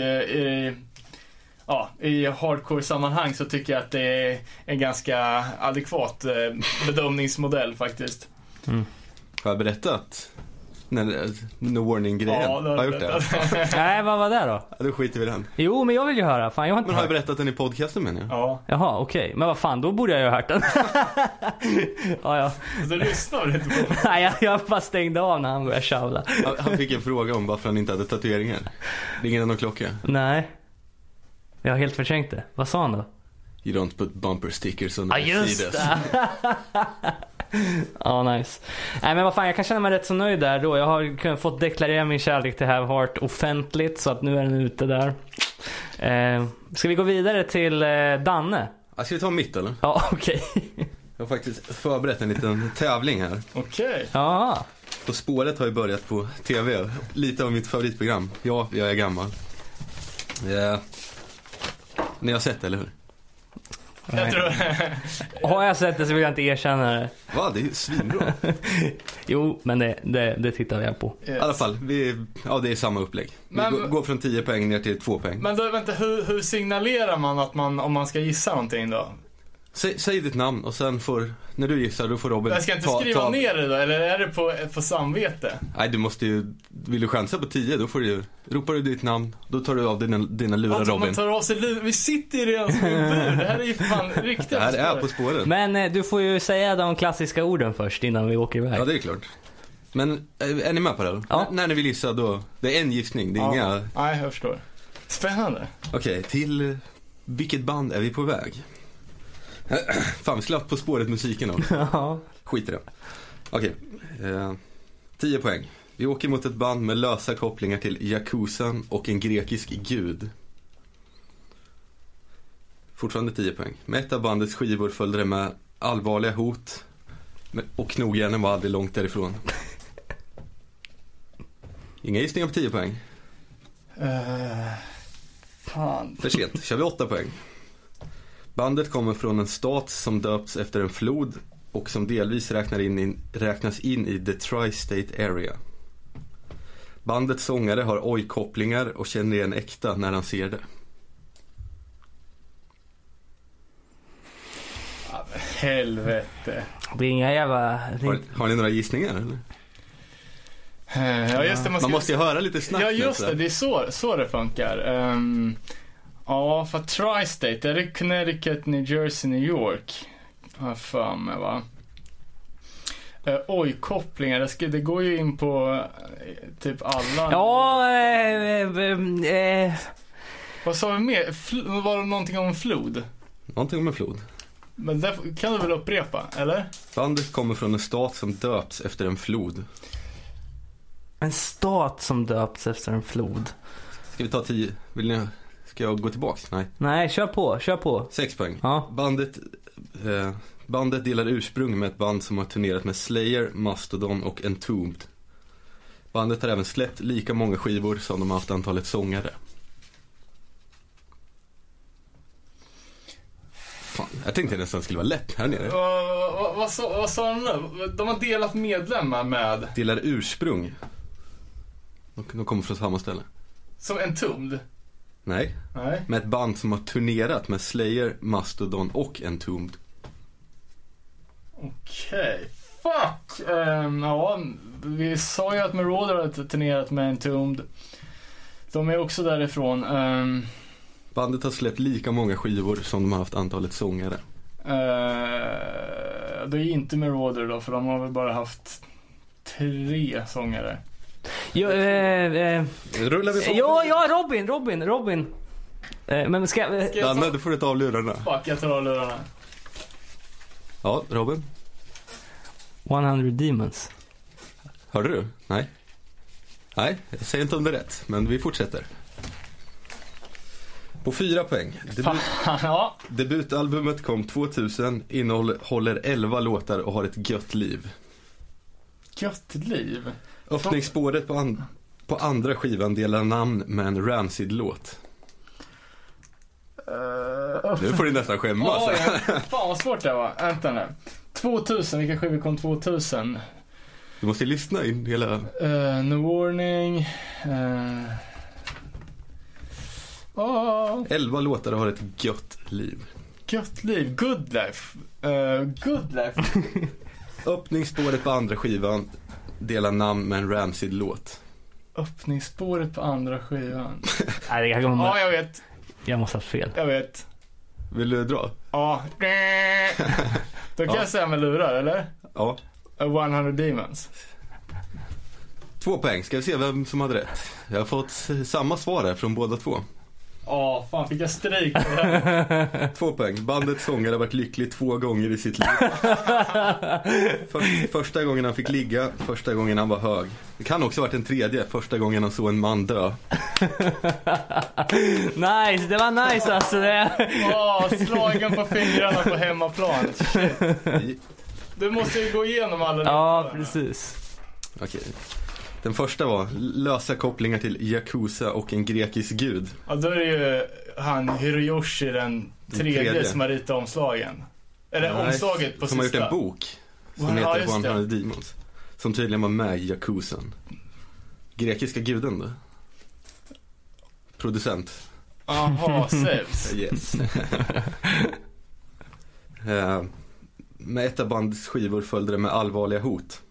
i hardcore-sammanhang så tycker jag att det är en ganska adekvat bedömningsmodell faktiskt. Har jag berättat No Warning-grejen? Ja, har jag gjort det? Nej, vad var det då? Ja, då skiter vi i den. Jo, men jag vill ju höra. Fan, jag har inte men har jag berättat den i podcasten, menar jag? Ja. Jaha, okej. Men vad fan, då borde jag ju ha hört den. ja. Så lyssnar du inte på? Nej, jag bara stängde av när han började tjavla. Han fick en fråga om varför han inte hade tatueringar. Ringer någon klocka? Nej. Jag har helt förträngt det. Vad sa han då? You don't put bumper stickers on the just det. Ja, nice. Nej, men vad fan, jag kan känna mig rätt så nöjd där då. Jag har fått deklarera min kärlek till Have Heart offentligt, så att nu är den ute där. Ska vi gå vidare till Danne? Ska vi ta mitt, eller? Ja, okej. Jag har faktiskt förberett en liten tävling här. Okej. Ja. På spåret har ju börjat på tv. Lite av mitt favoritprogram. Ja, jag är gammal. Ni har sett det, eller hur? Jag tror... Har jag sett det så vill jag inte erkänna det. Va, det är svinbra. Jo, men det tittar jag på. Yes. I alla fall, det är samma upplägg. Vi går från 10 poäng ner till 2 poäng. Men då, vänta, hur signalerar man att om man ska gissa någonting då? Säg ditt namn och sen när du gissar, då får Robin jag ska inte skriva ner det då, eller är det på samvete? Nej, du måste ju, vill du chansa på 10, då ropar du ditt namn, då tar du av dina lurar, Robin. Man tar av sig vi sitter ju redan som en bur. Det här är ju fan riktigt. Det här är På spåret. Men du får ju säga de klassiska orden först innan vi åker iväg. Ja, det är klart. Men är ni med på det? Ja. När ni vill gissa då, det är en gissning, det är inga... Nej, jag förstår. Spännande. Okej, till vilket band är vi på väg? Fan, vi skulle haft På spåret musiken också. Ja. Skit i det. Okej. 10 poäng. Vi åker mot ett band med lösa kopplingar till Yakuzan och en grekisk gud. Fortfarande 10 poäng. Med ett av bandets skivor följde det med allvarliga hot. Och knogjärnen var aldrig långt därifrån. Inga gissningar på 10 poäng. Fan. För sent. Kör vi 8 poäng. Bandet kommer från en stat som döpts efter en flod och som delvis räknas in i the Tri-State Area. Bandets sångare har oj-kopplingar och känner igen äkta när han ser det. Helvete. Det är inga jävla... Har ni några gissningar eller? Ja, just det, Man måste ju höra lite snabbt. Ja, just det. Det är så det funkar. Ja, för Tri-State, är det Connecticut, New Jersey, New York? Ja, fan med, va? Oj-kopplingar, det går ju in på typ alla. Ja, vad sa vi mer? Var det någonting om en flod? Någonting om en flod. Men där kan du väl upprepa, eller? Bandet kommer från en stat som döpts efter en flod. en stat som döpts efter en flod. Ska vi ta 10? Ska jag gå tillbaks? Nej, kör på. 6 poäng. Ja. Bandet delar ursprung med ett band som har turnerat med Slayer, Mastodon och Entombed. Bandet har även släppt lika många skivor som de har haft antalet sångare. Fan, jag tänkte nästan det skulle vara lätt här nere. Vad sa de nu? De har delat medlemmar med... Delar ursprung. De kommer från samma ställe. Som Entombed? Nej. Med ett band som har turnerat med Slayer, Mastodon och Entombed. Okej. Fuck! Ja, vi sa ju att Marauder har turnerat med Entombed. De är också därifrån. Bandet har släppt lika många skivor som de har haft antalet sångare. Det är inte Marauder då, för de har väl bara haft 3 sångare. Rullar vi på? Ja, Robin. Men ska Danne, du får ta av lurarna. Fuck, jag tar av lurarna. Ja, Robin. 100 Demons. Hörde du? Nej, jag säger inte om det är rätt, men vi fortsätter. På 4 poäng. Ja. Debutalbumet kom 2000, innehåller 11 låtar och har ett gött liv. Gött liv? Öppningsspåret på andra skivan delar namn med en Rancid-låt. Nu får du nästan skämmas. Fan vad svårt det var. Vänta nu. 2000, vilka skivor kom 2000? Du måste lyssna in hela... No Warning. 11 låtar och har ett gött liv. Gött liv. Good Life. Good Life. Öppningsspåret på andra skivan delar namn med en Rancid-låt. Öppningsspåret på andra skivan. Nej, Ja, jag vet. Jag måste ha fel. Jag vet. Vill du dra? Ja. Då kan jag säga med lurar, eller? Ja. 100 Demons. 2 poäng. Ska vi se vem som hade rätt. Jag har fått samma svar här från båda två. Fan, fick jag stryk på det här? 2 poäng. Bandets sångare har varit lycklig 2 gånger i sitt liv. Första gången han fick ligga, första gången han var hög. Det kan också ha varit en tredje, första gången han såg en man dö. Nice, det var nice alltså det. Slagen på fingrarna på hemmaplan. Shit. Du måste ju gå igenom alla. Ja, precis. Okej. Den första var lösa kopplingar till Yakuza och en grekisk gud. Ja, då är det ju han Hiroyoshi den tredje som har ritat omslagen. Eller omslaget på som sista. Som har gjort en bok som heter 100 Demons. Som tydligen var med i Yakuzan. Grekiska guden då? Producent. Aha, Zeus. Yes. Med ett av bandets skivor följde det med allvarliga hot.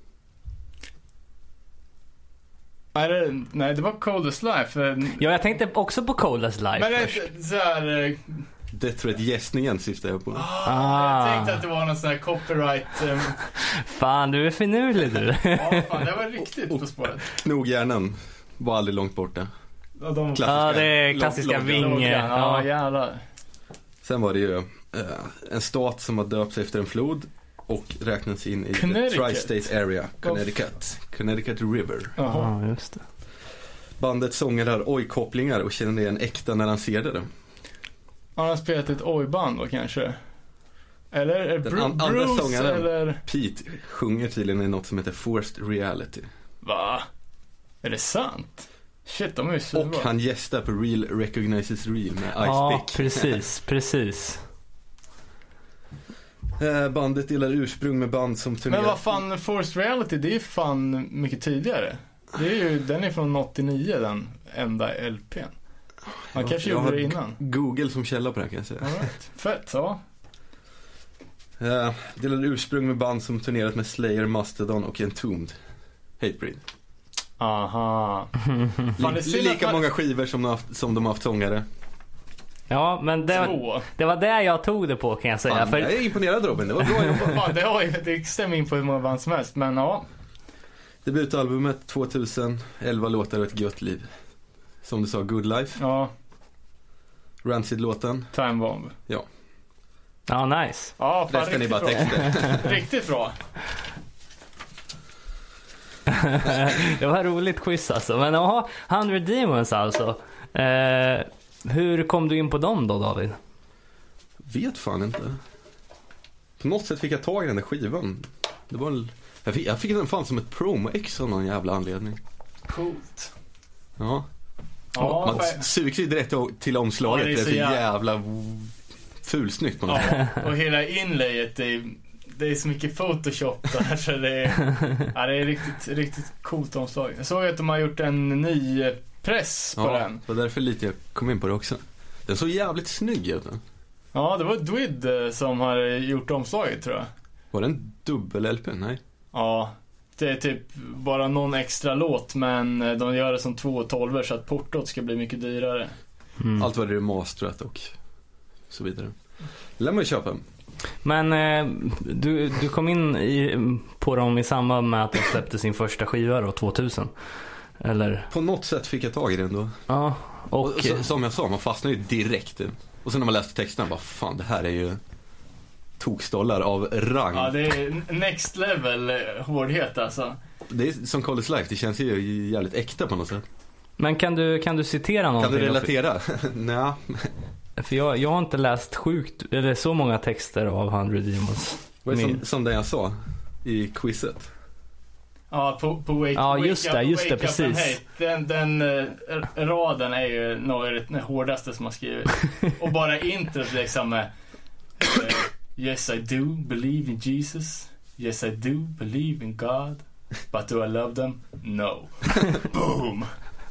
Nej, det var Coldest Life. Ja, jag tänkte också på Coldest Life. Men först. Så här... Det tror jag gästningen syftar jag på. Jag tänkte att det var någon sån här copyright... Fan, du är finurlig du. Ja, fan, det var riktigt på spåret. Knogjärnen var aldrig långt borta. Ja, det är klassiska vinge. Ja, jävlar. Sen var det ju en stat som har döpt sig efter en flod och räknas in i Connecticut. Tri-State Area, Connecticut River. Ja, just det. Bandets sångare har oj-kopplingar och känner igen äkta när han ser det. Han har spelat ett oj-band då kanske. Eller är Den andra Bruce sångaren, eller... Pete, sjunger tydligen i något som heter Forced Reality. Va? Är det sant? Shit, de är ju så Och bra. han gästar på Real Recognizes Real med Ice Ja, Pick. precis. Bandet delar ursprung med band som turnerar. Men vad fan, Forced Reality, det är ju fan mycket tidigare. Det är ju, den är från 89, den enda LPn. Han kanske gjorde det innan. Google som källa på det, kan jag säga. All right. Fett, ja. Delar ursprung med band som turnerat med Slayer, Mastodon och Entombed. Hatebreed. Aha. Fan, det är synd Lika att- många skivor som de har haft sångare. Ja, men det var det jag tog det på, kan jag säga. Fan, jag är imponerad, Robin, det var bra jobbat. Fan, det stämmer in på hur många band som helst, men ja. Debutalbumet 2000, 11 låtar och ett gött liv. Som du sa, Good Life. Ja, Rancid-låten. Time Bomb. Ja. Ja, nice. Ja, fan, Resten är riktigt bara bra. texter. Riktigt bra. Det var ett roligt quiz alltså. Men jaha, 100 Demons alltså. Hur kom du in på dem då, David? Vet fan inte. På något sätt fick jag tag i den där skivan. Det var jag fick den fan som ett promo-ex av någon jävla anledning. Coolt. Ja. Ja, Man sugs ju direkt till omslaget. Ja, det är det är så så jävla- jävla fulsnyggt på något sätt. ja, och hela inlayet, det är så mycket Photoshop där, så det är riktigt coolt omslag. Jag såg att de har gjort en ny press på den. Det var därför lite jag kom in på det också. Den såg jävligt snygg ut. Ja, det var Dwid som har gjort omslaget, tror jag. Var det en dubbel-LP? Nej. Ja, det är typ bara någon extra låt, men de gör det som 2/12 så att portot ska bli mycket dyrare. Allt var remasterat och så vidare. Lär man ju köpa. Men du kom in på dem i samband med att de släppte sin första skiva då, 2000. Eller? På något sätt fick jag tag i den då. Ja, och som jag sa, man fastnar ju direkt. Och sen när man läste texterna, bara fan, det här är ju tokstollar av rang. Ja, det är next level hårdhet alltså. Det är som College Life, det känns ju jävligt äkta på något sätt. Men kan du citera någonting? Kan du relatera? Nej. För jag har inte läst eller så många texter av 100 Demons. Vad är som den jag sa i quizet? Ja, på Wake, Ja, just wake det, up, wake precis. Up and hate. Den raden är ju nog den hårdaste som har skrivit. Och bara introt liksom med Yes I do believe in Jesus. Yes I do believe in God. But do I love them? No. Boom.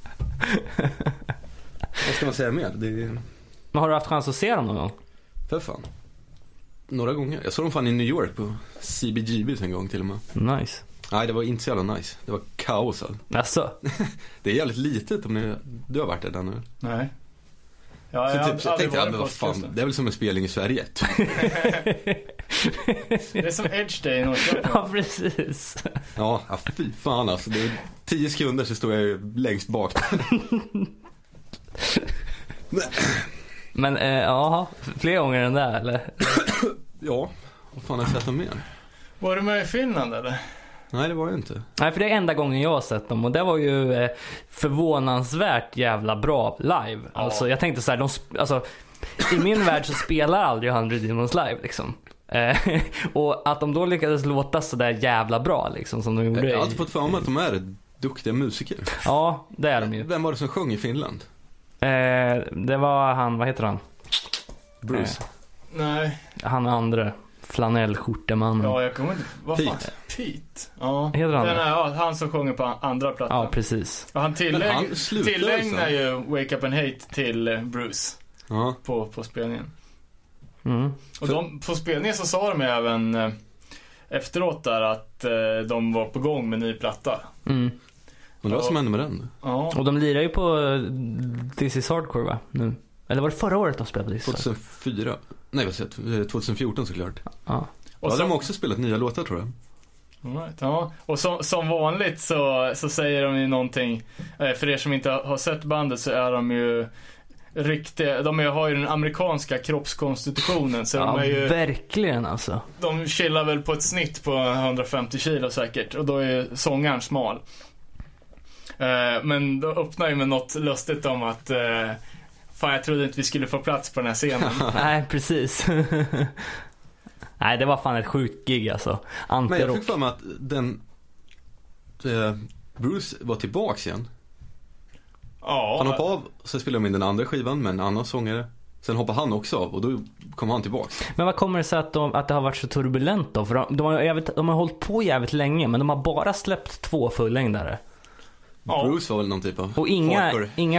Vad ska man säga mer? Det är... Men har du haft chans att se dem någon gång? För fan. Några gånger. Jag såg dem fan i New York på CBGB en gång till och med. Nice. Nej, det var inte så jävla nice. Det var kaos alltså. Alltså. Det är jävligt litet om du har varit där nu. Nej. Ja, Så typ, jag tänkte, varit men på vad fan, ostkusten. det är väl som en spelning i Sverige. Det är som Edge Day i Norrköping. Ja, precis. Ja, fy fan alltså. Det är 10 sekunder så står jag ju längst bak. Men ja, fler gånger än det eller? Ja, vad fan har jag sett dem mer? Var du med i Finland eller? Nej, det var jag inte. Nej, för det är enda gången jag har sett dem. Och det var ju förvånansvärt jävla bra live. Ja. Alltså jag tänkte så här, alltså, i min värld så spelar aldrig 100 Demons live liksom. Och att de då lyckades låta så där jävla bra liksom, som de gjorde. Jag har alltid fått för mig att de är duktiga musiker. Ja, det är de ju. Vem var det som sjöng i Finland? Det var han, vad heter han? Bruce. Nej. Han andra flanellskjortemannen. Ja, jag kommer inte... Vad fan? Pete. Pete. Ja. Heter han det? Ja, han som sjunger på andra plattan. Ja, precis. Och han Men han slutar tillägnar ju ju Wake Up and Hate till Bruce Ja. på spelningen. Mm. Och på spelningen så sa de även efteråt där att de var på gång med ny platta. Mm. Och vad som hände med den? Ja. Och de lirar ju på This is Hardcore va? Nu. Eller var det förra året de spelade This is Hardcore? 2004. Nej, vad säger jag? 2014 såklart. Ja. Då hade de också spelat nya låtar, tror jag. Right, ja. Och som vanligt så säger de ju någonting. För er som inte har sett bandet så är de ju riktiga, har ju den amerikanska kroppskonstitutionen, så de är ju verkligen alltså. De chillar väl på ett snitt på 150 kilo säkert, och då är ju sångaren smal. Men då öppnar ju med något lustigt om att fan, jag trodde inte vi skulle få plats på den här scenen. Nej, precis. Nej, det var fan ett sjukt gig alltså. Men jag fick för mig att Bruce var tillbaks igen. Ja. Han hoppade av, så spelade de in den andra skivan med en annan sångare. Sen hoppade han också av och då kom han tillbaks. Men vad kommer det sig att det har varit så turbulent då? För de har hållit på jävligt länge, men de har bara släppt 2 fullängdare. Ja. Bruce var väl någon typ av och inga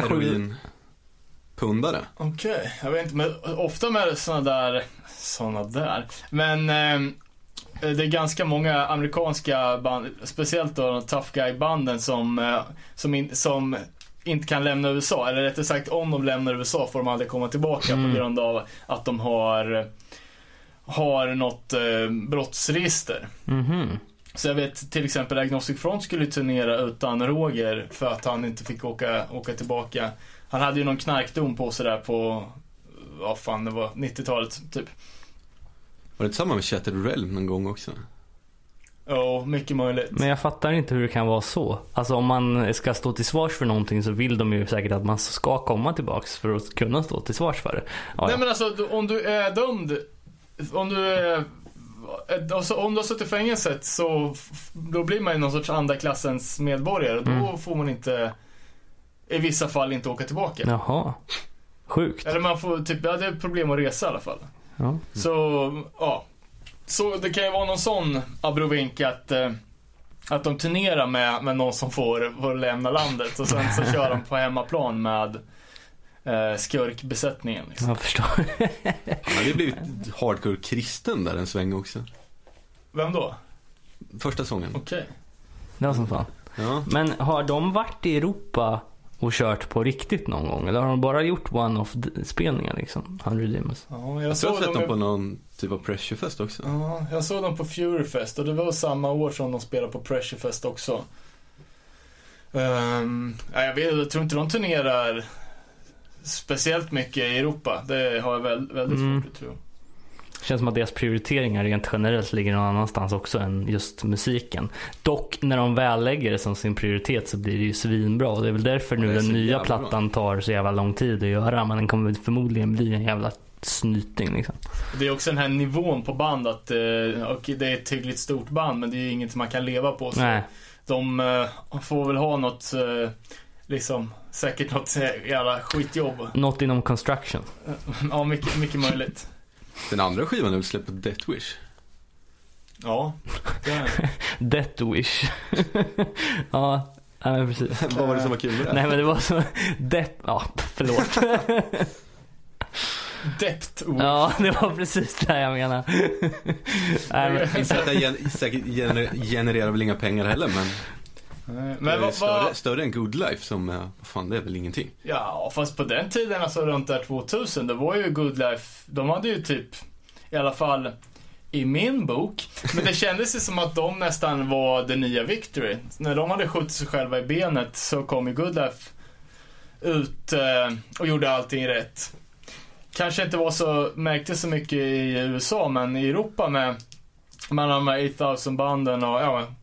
pundare. Okej, jag vet inte, men ofta med såna där. Men det är ganska många amerikanska band, speciellt då de tough guy-banden som inte kan lämna USA, eller rättare sagt, om de lämnar USA får de aldrig komma tillbaka på grund av att de har något brottsregister. Så jag vet till exempel Agnostic Front skulle turnera utan Roger för att han inte fick åka tillbaka. Han hade ju någon knarkdom på sig där på, vad fan det var, 90-talet typ. Var det inte samma med Shattered Realm någon gång också? Ja, mycket möjligt. Men jag fattar inte hur det kan vara så. Alltså om man ska stå till svars för någonting så vill de ju säkert att man ska komma tillbaks för att kunna stå till svars för det. Nej, men alltså om du är dömd, om du har suttit i fängelset, så då blir man ju någon sorts andra klassens medborgare. Då får man inte, i vissa fall, inte åka tillbaka. Jaha, sjukt. Eller man får typ, det är problem att resa i alla fall. Ja. Så det kan ju vara någon sån abrovink att de turnerar med någon som får lämna landet, och sen så kör de på hemmaplan med skurkbesättningen liksom. Jag förstår. Han hade ju blivit hardcore kristen där en sväng också. Vem då? Första sången. Okej. Det var som fan. Ja. Men har de varit i Europa och kört på riktigt någon gång? Eller har de bara gjort one-off-spelningar liksom? 100 Demons. Ja, jag såg dem på någon typ av Pressurefest också. Ja, jag såg dem på Furyfest, och det var samma år som de spelade på Pressurefest också. Jag tror inte de turnerar speciellt mycket i Europa. Det har jag väldigt svårt att tro. Det känns som att deras prioriteringar rent generellt ligger någon annanstans också än just musiken. Dock när de väl lägger det som sin prioritet så blir det ju svinbra. Och det är väl därför nu den nya plattan tar så jävla lång tid att göra. Men den kommer förmodligen bli en jävla snyting liksom. Det är också den här nivån på band att och det är ett hyggligt stort band, men det är ju inget man kan leva på. Så nej. De får väl ha något liksom, säkert något jävla skitjobb. Något inom construction. Ja, mycket möjligt. Den andra skivan är släppt på Death Wish. Ja, det är Death Wish. Ja, men precis. Vad var det som var kul med det? Nej, men det var så förlåt. Depth Wish. Ja, det var precis det jag menar. Inte att det genererar väl inga pengar heller, men det är större än Good Life som, fan, det är väl ingenting. Ja, fast på den tiden, alltså runt där 2000, det var ju Good Life, de hade ju typ, i alla fall i min bok, men det kändes ju som att de nästan var det nya Victory. När de hade skjutit sig själva i benet så kom ju Good Life ut och gjorde allting rätt. Kanske inte märkte så mycket i USA, men i Europa med de här 8000 banden och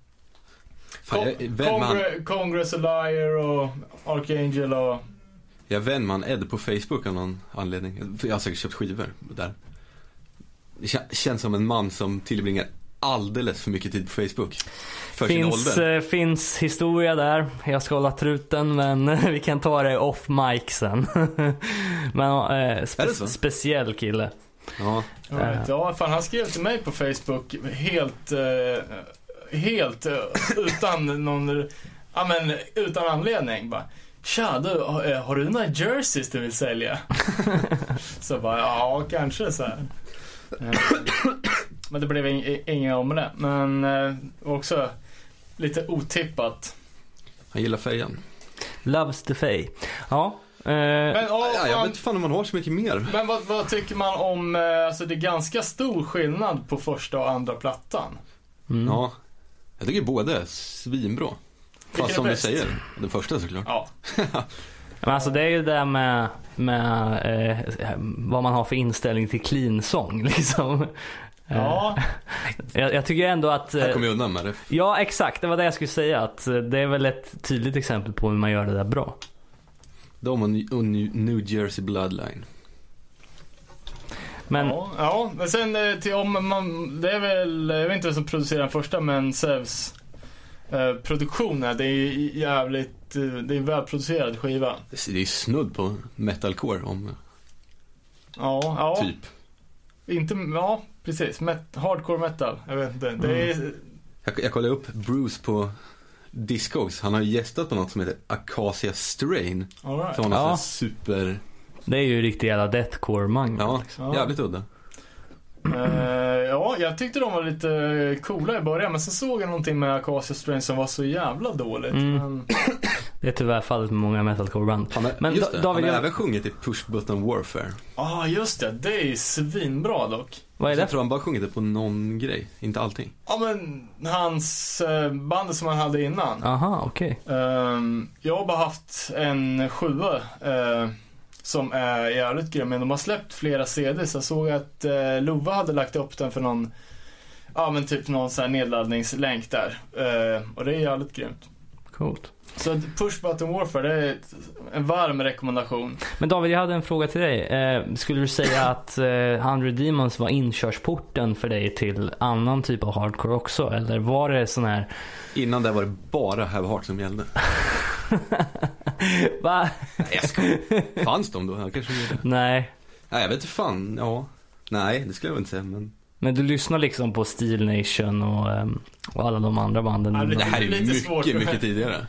Congress och Liar och Archangel och... Jag vän man Ed på Facebook av någon anledning. Jag har säkert köpt skivor där. Det känns som en man som tillbringar alldeles för mycket tid på Facebook. För sin ålder. Finns historia där. Jag ska hålla truten, men vi kan ta det off mic sen. Men speciell kille. Ja. Ja, fan, han skrev till mig på Facebook helt utan någon, utan anledning bara: tja, du, har du några jerseys du vill sälja? Så bara, ja, kanske så här. Men det blev inga om det. Men också lite otippat. Han gillar fejan. Loves the fej. Ja. Jag vet inte fan om man har så mycket mer. Men vad tycker man om, alltså det är ganska stor skillnad på första och andra plattan. Ja, jag tycker båda är svinbra. Fast som du säger, den första såklart. Ja. Men alltså det är ju det där med vad man har för inställning till clean-sång liksom. Ja. Jag tycker ändå att Här kommer jag undan med det. ja, exakt, det var det jag skulle säga, att det är väl ett tydligt exempel på hur man gör det där bra. De och New Jersey Bloodline. Men Ja, men sen till om man, det är väl, jag vet inte vem som producerar den första, men Zevs produktionen, det är jävligt, det är en välproducerad skiva. Det är snudd på metalcore om Ja. typ. Inte, ja, precis. Hardcore metal, jag vet inte. Det är... Jag kollade upp Bruce på Discogs. Han har gästat på något som heter Acacia Strain. All right. Som var super... det är ju riktigt jävla deathcore-mang. Ja, Ja. jävligt udda. Ja, jag tyckte de var lite coola i början, men sen såg jag någonting med Acacia Strain som var så jävla dåligt. Men... Det är tyvärr fallet med många metalcore-band. Men Just det, David, han har även sjungit i Push Button Warfare. just det. Det är svinbra dock. vad är Jag det? tror han bara sjungit det på någon grej, inte allting. Ja, men hans band som han hade innan. Aha, okej. Jag har bara haft en 7 som är jävligt grym, men de har släppt flera CDs. Jag såg att Lova hade lagt upp den för någon, ja men typ någon sån här nedladdningslänk där. Och det är jävligt grymt. Coolt. Så Push Button Warfare, det är en varm rekommendation. Men David, jag hade en fråga till dig. Skulle du säga att 100 Demons var inkörsporten för dig till annan typ av hardcore också? Eller var det sån här... Innan det var det bara Have Heart som gällde. Va? Nej, jag skojar. Fanns de då? Jag kanske gjorde det. Nej. Nej, jag vet inte fan. Ja. Nej, det skulle jag väl inte säga, men... Men du lyssnar liksom på Steel Nation och alla de andra banden. Ja, Det här är lite svårt. mycket tidigare.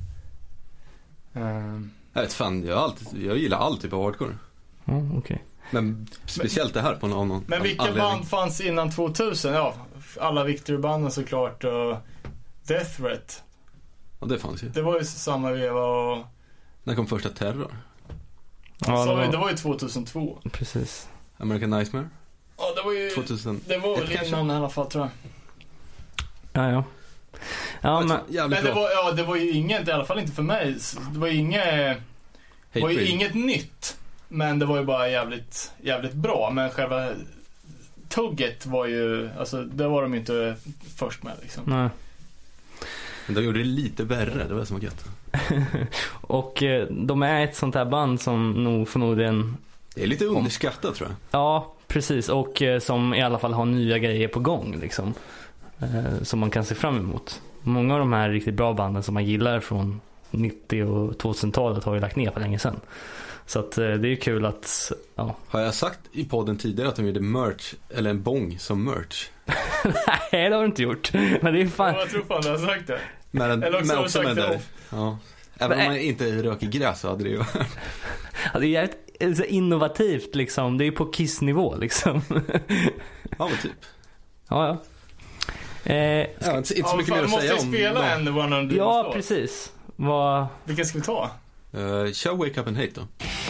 Jag vet fan, jag gillar all typ av hardcore. Okej. Men speciellt det här på någon Men vilka anledning. band fanns innan 2000? Ja, alla Victory-banden såklart, och Death Threat. Ja, det fanns ju. Det var ju samma veva, och När kom första Terror? Ja, det var ju 2002. precis. American Nightmare? Ja, det var ju 2000. det var väl kanske? innan i alla fall, tror jag. Ja. Ja, men... Jävligt Men bra. det var ju inget, i alla fall inte för mig. Det var ju Hatebreed. inget nytt, men det var ju bara jävligt bra. Men själva tugget var ju, alltså det var de ju inte först med liksom. Nej. Men de gjorde det lite värre, det var som var gött. Och de är ett sånt här band som nog förmodligen... Det är lite underskattat, tror jag. Ja, precis. Och som i alla fall har nya grejer på gång liksom. Som man kan se fram emot. Många av de här riktigt bra banden som man gillar från 90- och 2000-talet har ju lagt ner för länge sedan. Så att det är ju kul att... Ja. Har jag sagt i podden tidigare att de gjorde merch, eller en bong som merch? Nej, det har du inte gjort. Men det är ju fan... Jag tror fan du har sagt det. Eller också har du sagt det där. Ja. Även om man inte röker gräs så hade det ju... Ja, det är jävligt innovativt liksom. Det är ju på Kiss-nivå liksom. Ja, men typ. Ja. Ja, inte så mycket mer att säga om... Måste spela en One on the Ja, Floor. precis. Vilken ska vi ta? Kör Wake Up and Hate då.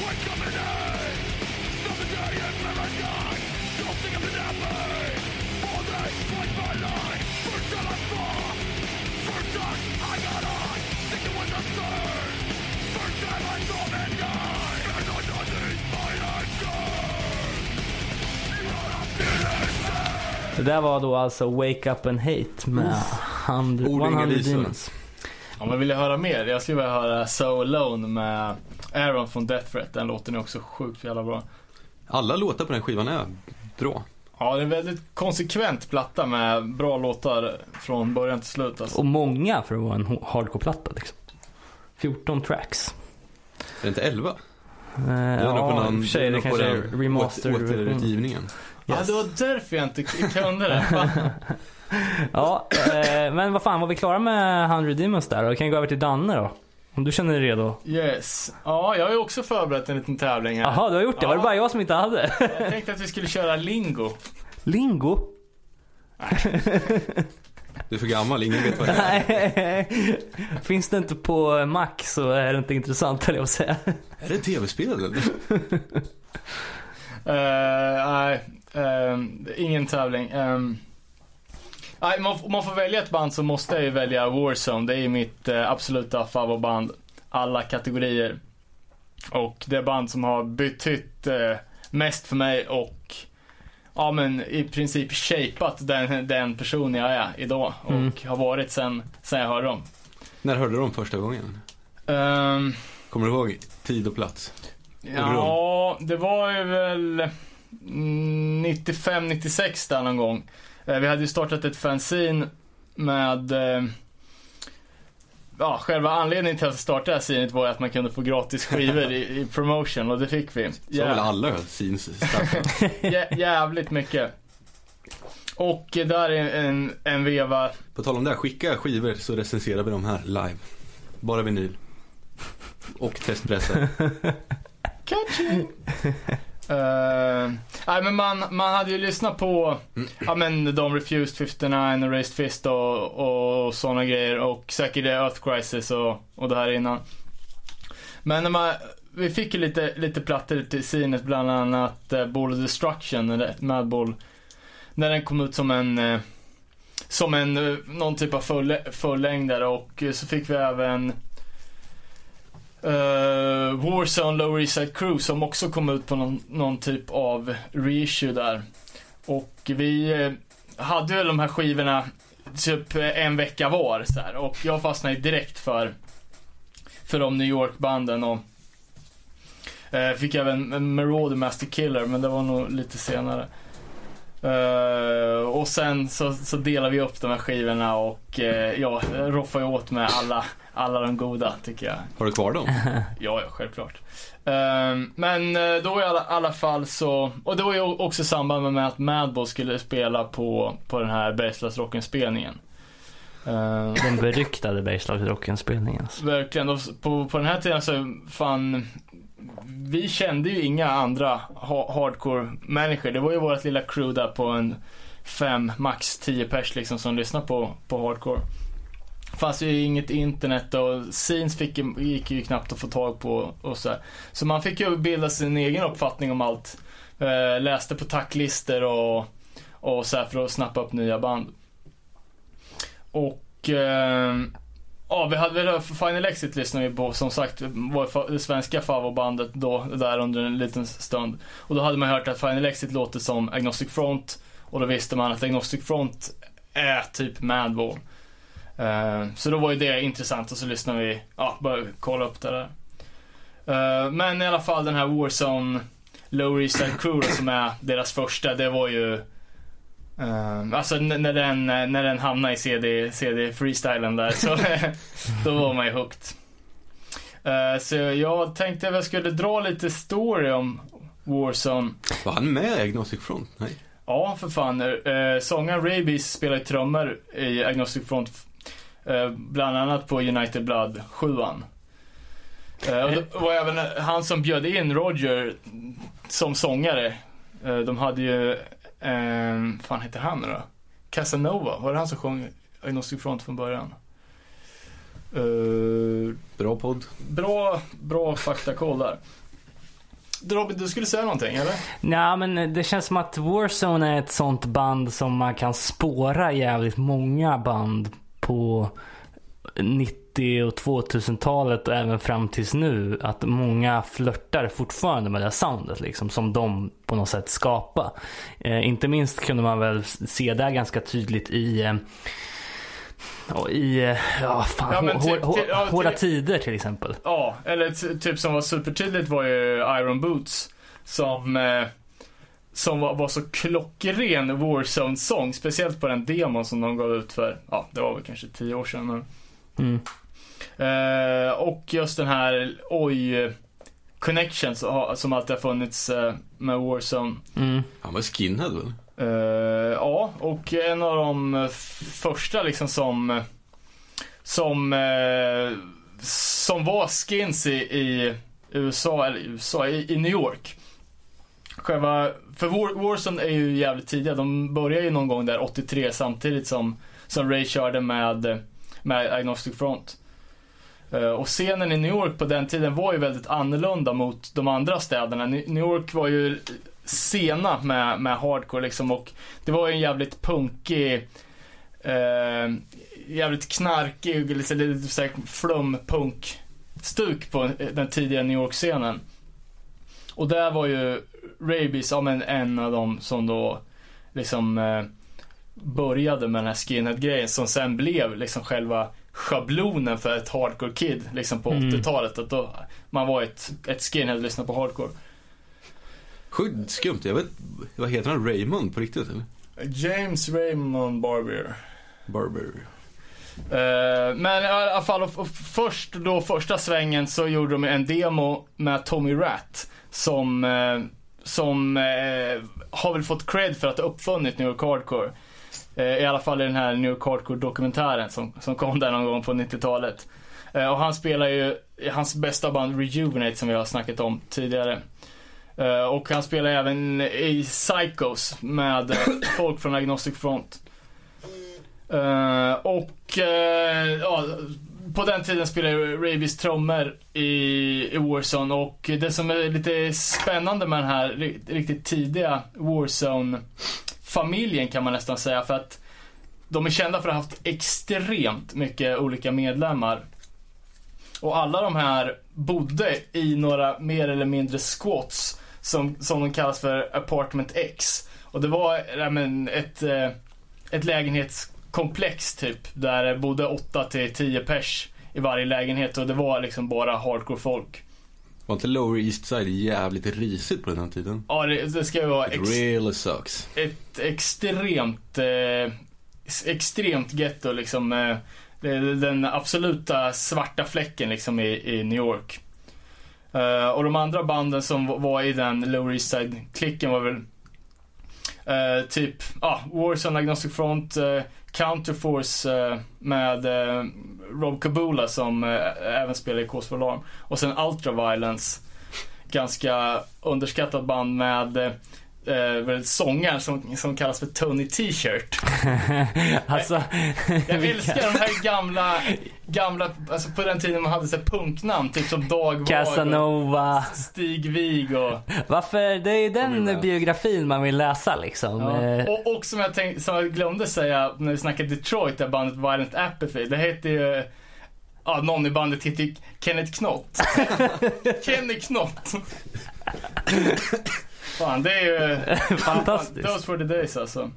Det där var då alltså Wake Up and Hate med 100 Demons. Om man vill höra mer, jag skulle vilja höra So Alone med Aaron från Death Threat. Den låten är också sjukt jävla bra. Alla låtar på den skivan är bra. Ja, det är en väldigt konsekvent platta med bra låtar från början till slut alltså. Och många för att vara en hardcore-platta liksom. 14 tracks. Är det inte 11? Ja, i och för sig, det kanske är remaster. Återutgivningen. Ja, det var därför jag inte kunde det. Fan. Ja, men vad fan, var vi klara med 100 Demons där? Och kan gå över till Danne då? Om du känner dig redo. Yes. Ja, jag har ju också förberett en liten tävling här. Jaha, du har gjort det. Var det bara jag som inte hade? Jag tänkte att vi skulle köra Lingo. Lingo? Du är för gammal, ingen vet vad det är. Nej. Finns det inte på Mac så är det inte intressant, eller jag säga. Är det ett tv-spel eller? Nej, ingen tävling. Nej, om man får välja ett band så måste jag ju välja Warzone. Det är mitt absoluta favoritband. Alla kategorier. Och det band som har betytt mest för mig och ja, men i princip shapat den person jag är idag och har varit sen jag hörde dem. När hörde du dem första gången? Kommer du ihåg tid och plats? Ja, det var ju väl 95-96 där någon gång. Vi hade ju startat ett fanzine med själva anledningen till att starta det här zinet var att man kunde få gratis skivor i promotion, och det fick vi. Så väl alla zines jävligt mycket. Och där är en veva. På tal om det här, skicka skivor så recenserar vi dem här live. Bara vinyl. Och testpressa. Catching! Nej, men man hade ju lyssnat på de Refused 59 och Raised Fist och såna grejer, och säkert Earth Crisis och det här innan. Men vi fick ju lite plattor till zinet, bland annat Ball of Destruction, Madball, när den kom ut som en någon typ av fullängdare, och så fick vi även Warzone Lower East Side Crew som också kom ut på någon typ av reissue där. Och vi hade väl de här skivorna typ en vecka var så här, och jag fastnade direkt för de New York-banden, och fick även Marauder Master Killer, men det var nog lite senare. Och sen så delar vi upp de här skivorna, och jag roffar ju åt med alla de goda, tycker jag. Har du kvar dem? Ja, självklart. Men då i alla fall så, och det var ju också samband med att Madball skulle spela på den här Bergslagsrocken-spelningen. Den beryktade Bergslagsrocken-spelningen. Verkligen. Och på den här tiden så vi kände ju inga andra hardcore-människor. Det var ju vårt lilla crew där på en 5, max 10 pers liksom, som lyssnade på hardcore. Fanns ju inget internet, och scenes gick ju knappt att få tag på och så här. Så man fick ju bilda sin egen uppfattning om allt. Läste på tacklister och så här för att snappa upp nya band. Och vi hade väl Final Exit lyssnade vi på, som sagt var det svenska favoritbandet då där under en liten stund. Och då hade man hört att Final Exit låter som Agnostic Front, och då visste man att Agnostic Front är typ Madball. Så då var ju det intressant, och så lyssnade vi, bara kolla upp det där. Men i alla fall den här Warzone Lower East Side Crew som är deras första, det var ju alltså när den hamnade i CD freestylen där, så då var man ju hooked. Så jag tänkte att jag skulle dra lite story om Warzone. Var han med i Agnostic Front? Nej. Ja, för fan. Sångaren Rabies spelar trummor i Agnostic Front, bland annat på United Blood 7an. Det var även han som bjöd in Roger som sångare. De hade ju fan heter han då? Casanova, var det han som sjöng Agnostic Front från början? Bra podd. Bra faktakoll där. Robin, du skulle säga någonting, eller? Nej, men det känns som att Warzone är ett sånt band som man kan spåra jävligt många band på 90- och 2000-talet och även fram tills nu, att många flörtar fortfarande med det soundet liksom, som de på något sätt skapar. Inte minst kunde man väl se det ganska tydligt i Hårda tider till exempel. Ja, eller typ som var supertydligt var ju Iron Boots som var så klockren Warzone-sång, speciellt på den demon som de gav ut för, det var väl kanske 10 år sedan. Och just den här Connections som alltid har funnits med Warzone. Han var skinhead väl? Ja, och en av de första liksom som var skins i USA i New York. För Warzone är ju jävligt tidiga. De började ju någon gång där 83 samtidigt som Ray körde med Agnostic Front. Och scenen i New York på den tiden var ju väldigt annorlunda mot de andra städerna. New York var ju sena med hardcore liksom, och det var ju en jävligt punkig, jävligt knarkig, lite flum-punk stuk på den tidiga New York-scenen. Och där var ju Rabies en av dem som då liksom började med den här skinhead-grejen, som sen blev liksom själva schablonen för ett hardcore kid liksom på 80-talet, att då man var ett skinhead, lyssnade på hardcore. Sjukt skumt. Jag vet, vad heter han? Raymond på riktigt eller? James Raymond Barber. Men i alla fall första svängen så gjorde de en demo med Tommy Ratt som har väl fått cred för att ha uppfunnit New York Hardcore. I alla fall i den här New York Hardcore-dokumentären som kom där någon gång på 90-talet. Och han spelar ju i hans bästa band Rejuvenate, som vi har snackat om tidigare. Och han spelar även i Psychos med folk från Agnostic Front. På den tiden spelade Rabies trummor i Warzone. Och det som är lite spännande med den här riktigt tidiga Warzone-familjen kan man nästan säga, för att de är kända för att ha haft extremt mycket olika medlemmar. Och alla de här bodde i några mer eller mindre squats som de kallas för Apartment X. Och det var ett lägenhetskomplex typ, där det bodde 8-10 pers i varje lägenhet, och det var liksom bara hardcore folk. Var inte Lower East Side jävligt risigt på den här tiden? Ja, det ska ju vara really sucks. Ett extremt ghetto liksom, den absoluta svarta fläcken liksom i New York. Och de andra banden som var i den Lower East Side-klicken var väl typ Warzone, Agnostic Front, Counterforce med Rob Kabula som även spelar i Cause for Alarm, och sen Ultraviolence, ganska underskattat band med sångaren som kallas för Tony T-shirt. Alltså, jag älskar de här gamla, alltså på den tiden man hade så punknamn typ som Dag Casanova, Stig Wig och... Varför? Det är ju den biografin man vill läsa liksom. Ja. Och som jag glömde säga när vi snackade Detroit, där bandet Violent Apathy, det heter ju någon i bandet heter Kenneth Knott. Kenny Knott. Fan, det är ju fantastiskt. Those were the days alltså.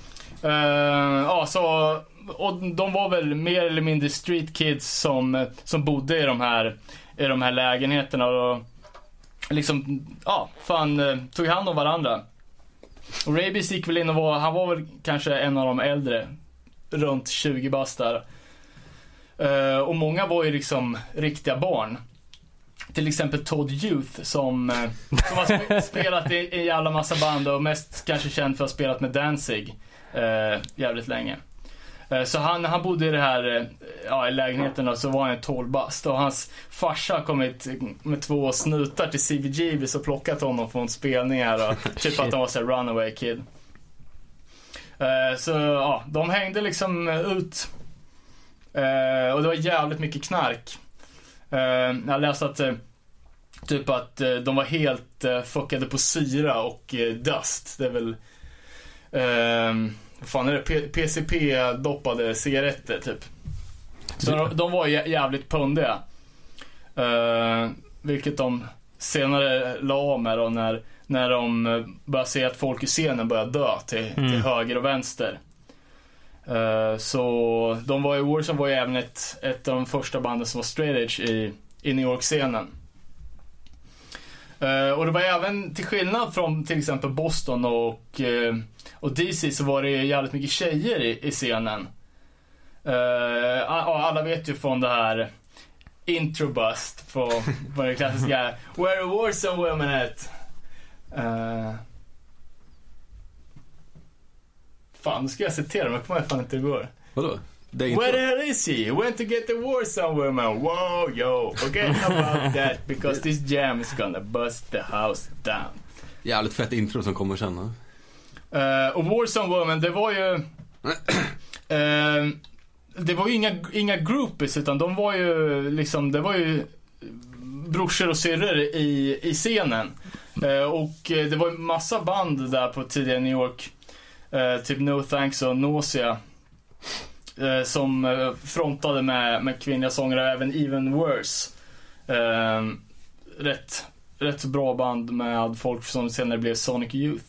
Och de var väl mer eller mindre street kids som bodde i de här lägenheterna och liksom tog hand om varandra. Och Rabies gick väl in och han var väl kanske en av de äldre, runt 20 bast där. Och många var ju liksom riktiga barn. Till exempel Todd Youth som har spelat i alla massa band och mest kanske känd för att ha spelat med Danzig jävligt länge. Så han bodde i det här i lägenheten, och så var han 12 bast, och hans farsa kommit med 2 snutar till CBGB och plockat honom från spelningar och typ att han var så här runaway kid. Så de hängde liksom ut, och det var jävligt mycket knark. Jag läste att typ att de var helt fuckade på syra och dust. Det är väl vad fan är det? PCP-doppade cigaretter typ. Så de var jävligt pundiga. Vilket de senare la av med då, när de började se att folk i scenen började dö till höger och vänster. Så de var i Warzone var ju även ett av de första banden som var straight edge i New York-scenen. Och det var även, till skillnad från till exempel Boston och DC, så var det jävligt mycket tjejer i scenen. Alla vet ju från det här Introbust på det klassiska Where are Warzone women at? Fan, nu ska jag citera, men jag kommer fan inte igår. Vadå? Where the hell is he? Went to get the Warzone women. Whoa, yo, forget about that, because this jam is gonna bust the house down. Jävligt fett intro som kommer sen. Och Warzone women, det var ju det var ju inga groupies, utan de var ju liksom, det var ju brorsor och syrror i scenen. Och det var ju massa band där på tidiga New York, typ No Thanks och Nausea, som frontade med kvinnliga sångare, även Even Worse. rätt så bra band med folk som senare blev Sonic Youth.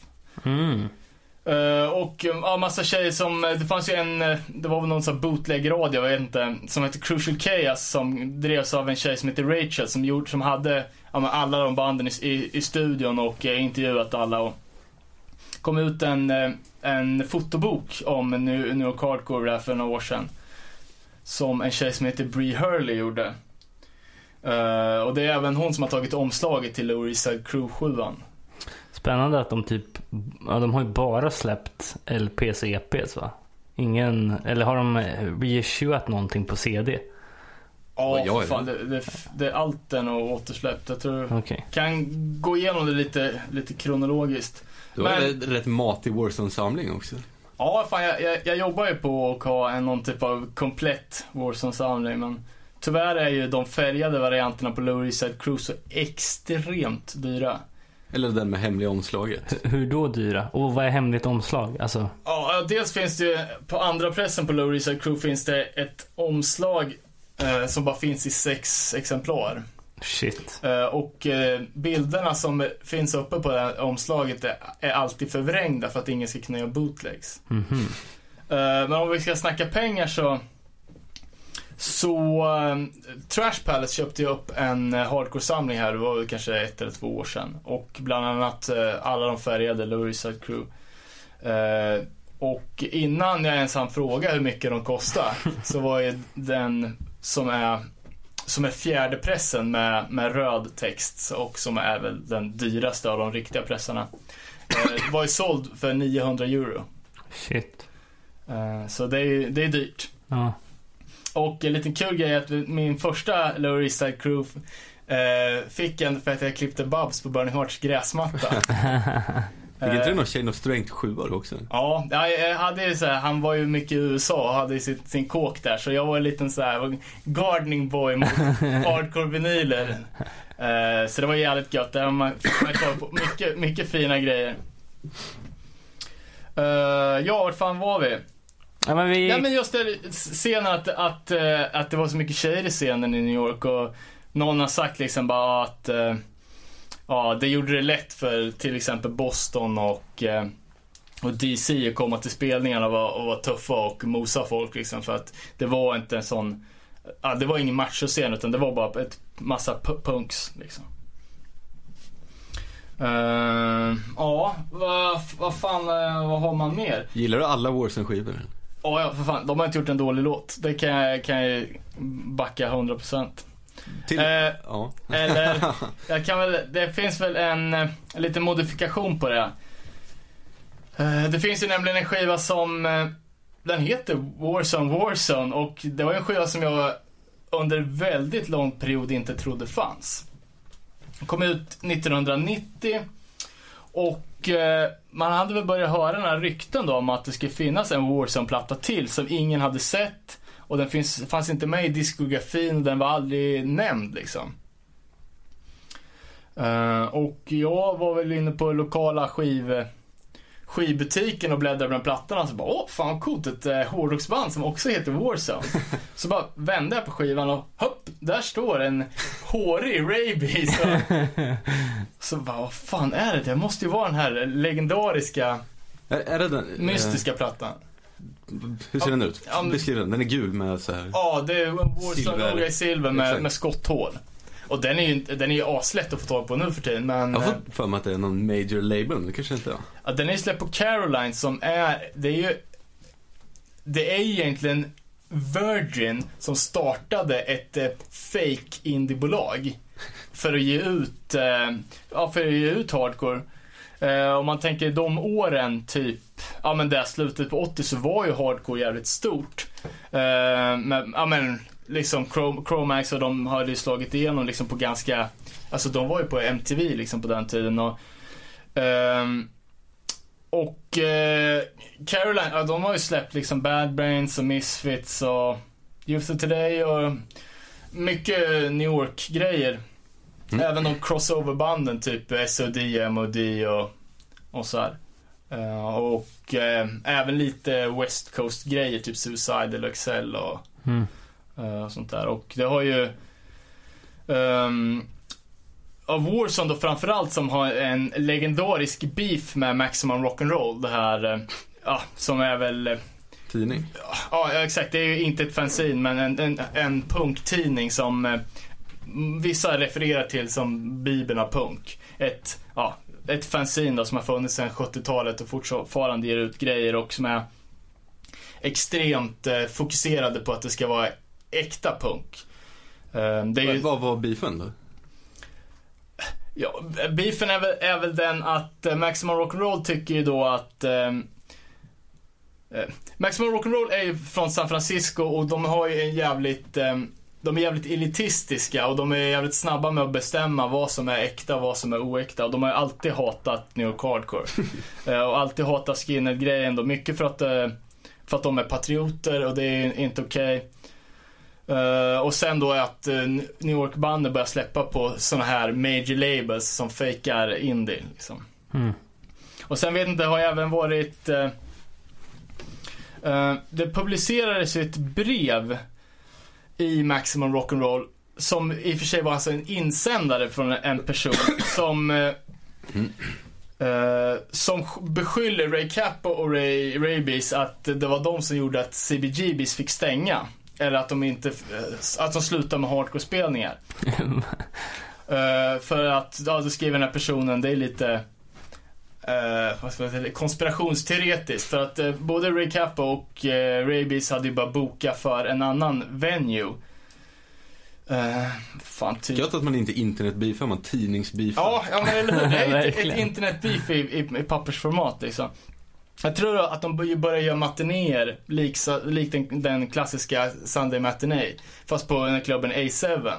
Och massa tjejer som, det fanns ju det var väl någon sån bootleg-radio, jag vet inte, som heter Crucial Chaos, som drevs av en tjej som heter Rachel, som hade alla de banden i studion och intervjuat alla, och kom ut en fotobok om New York Hardcore där för några år sedan, som en tjej som heter Brie Hurley gjorde. Och det är även hon som har tagit omslaget till Lower East Side Crew 7an. Spännande att de har ju bara släppt LPs och EPs, va? Eller har de reissuat någonting på CD? Ja, fan, det är allt den och återsläppt. Jag tror kan gå igenom det lite kronologiskt. Då är det rätt matig Warzone-samling också. Ja, fan, jag jobbar ju på att ha någon typ av komplett Warzone-samling, men tyvärr är ju de färgade varianterna på Lower East Side Crew så extremt dyra. Eller den med hemliga omslaget. Hur då dyra? Och vad är hemligt omslag? Alltså... Ja, dels finns det ju på andra pressen på Lower East Side Crew finns det ett omslag som bara finns i 6 exemplar. Shit. Och bilderna som finns uppe på det här omslaget är alltid förvrängda för att ingen ska kunna göra bootlegs. Men om vi ska snacka pengar så Trash Palace köpte ju upp en hardcore-samling här, det var väl kanske 1 eller 2 år sedan, och bland annat alla de färgade Lower East Side Crew. Och innan jag ens hann fråga hur mycket de kostar så var ju den som är fjärde pressen med röd text, och som är väl den dyraste av de riktiga pressarna, var ju såld för 900 euro. Shit. Så det är dyrt. Ja. Och en liten kul grej är att min första Lower East Side Crew fick en för att jag klippte Babs på Burning Hearts gräsmatta. Fick inte det någon Chain of Strength 7 också? Ja, jag hade ju så här, han var ju mycket i USA och hade sin kåk där, så jag var en liten så här gardening boy mot hardcore-vinyler. Så det var jävligt gött. Där man kollade på mycket fina grejer. Ja, vart fan var vi? Ja, men just det, scenen att det var så mycket tjejer i scenen i New York, och någon har sagt liksom bara att det gjorde det lätt för till exempel Boston och DC att komma till spelningarna och vara tuffa och mosa folk liksom, för att det var inte en sån, det var ingen matchscen, utan det var bara ett massa punks liksom. Vad fan, vad har man mer? Gillar du alla Warzone-skivor? Ja, för fan, de har inte gjort en dålig låt. Det kan jag backa 100%. Eller jag kan väl, det finns väl en liten modifikation på det. Det finns ju nämligen en skiva som den heter Warzone, och det var en skiva som jag under väldigt lång period inte trodde fanns. Den kom ut 1990, och man hade väl börjat höra den här rykten då om att det skulle finnas en Warzone-platta till som ingen hade sett, och den fanns inte med i diskografin, och den var aldrig nämnd liksom. Och jag var väl inne på lokala skivbutiken och bläddrade bland plattorna, och så bara, fan coolt, ett hårdrocksband som också heter Warzone. Så bara vände jag på skivan och hopp, där står en hårig Rabies. Så bara, vad fan är det? Det måste ju vara den här legendariska är det den, mystiska plattan. Hur ser den ut? Beskriv den. Den är gul med så här. Ja, det är Warzone i silver med skotthål. Och den är ju aslätt att få tag på nu för tiden, men jag får för mig att det är någon major label, det kanske inte är. Ja, den är släppt på Caroline, som det är egentligen Virgin som startade ett fake indiebolag för att ge ut hardcore. Om man tänker de åren typ, men där slutet på 80 så var ju hardcore jävligt stort. Liksom Chromax och de hade ju slagit igenom liksom på ganska, alltså de var ju på MTV liksom på den tiden, och Caroline, de har ju släppt liksom Bad Brains och Misfits och Youth of Today och mycket New York grejer. Även de crossover-banden typ SOD, MOD och så här. Och även lite West Coast grejer typ Suicidal, Excel och sånt där. Och det har ju av Warzone då framförallt, som har en legendarisk beef med Maximum Rock'n'Roll, det här som är väl tidning. Ja, exakt, det är ju inte ett fanzine, men en punktidning som vissa refererar till som Bibeln av punk. Ett fanzine då som har funnits sedan 70-talet och fortfarande ger ut grejer och som är extremt fokuserade på att det ska vara äkta punk. Vad var beefen då? Ja, beefen är väl den att Maximum Rock'n'Roll tycker ju då att Maximum Rock'n'Roll är ju från San Francisco och de har ju de är jävligt elitistiska och de är jävligt snabba med att bestämma vad som är äkta och vad som är oäkta, och de har ju alltid hatat New York Hardcore och alltid hatat skinhead-grejen då, mycket för att de är patrioter och det är inte okej. Och sen då att New York-banden börjar släppa på såna här major labels som fejkar indie liksom. Och sen vet inte, har även varit det publicerades ett brev i Maximum Rock'n'Roll som i och för sig var alltså en insändare från en person som beskyller Ray Cappo och Ray Rabies att det var de som gjorde att CBGBs fick stänga, eller att de slutade med hardcore-spelningar. För att då skriver den här personen, det är lite konspirationsteoretiskt, för att både Ray Cappo och Rabies hade ju bara bokat för en annan venue. Gött att man inte internetbeefar, man tidningsbeefar. Ja, men eller hur? Det är ett internetbeef i pappersformat liksom. Jag tror att de börjar göra matinéer likt den klassiska Sunday Matinee, fast på den klubben A7.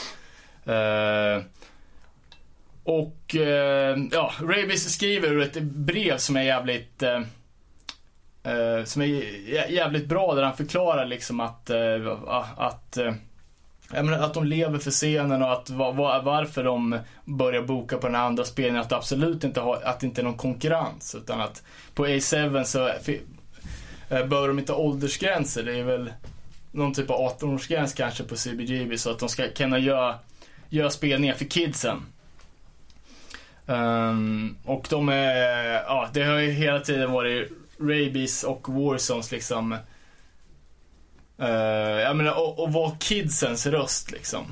Rabies skriver ett brev som är jävligt bra, där han förklarar liksom att de lever för scenen och att varför de börjar boka på den andra spelningen, att det absolut inte att det inte är någon konkurrens, utan att på A7 så bör de inte ha åldersgränser. Det är väl någon typ av 18-årsgräns kanske på CBGB, så att de ska kunna göra spelningar för kidsen. Och de är, det har ju hela tiden varit Rabies och Warzones liksom, och vara kidsens röst liksom.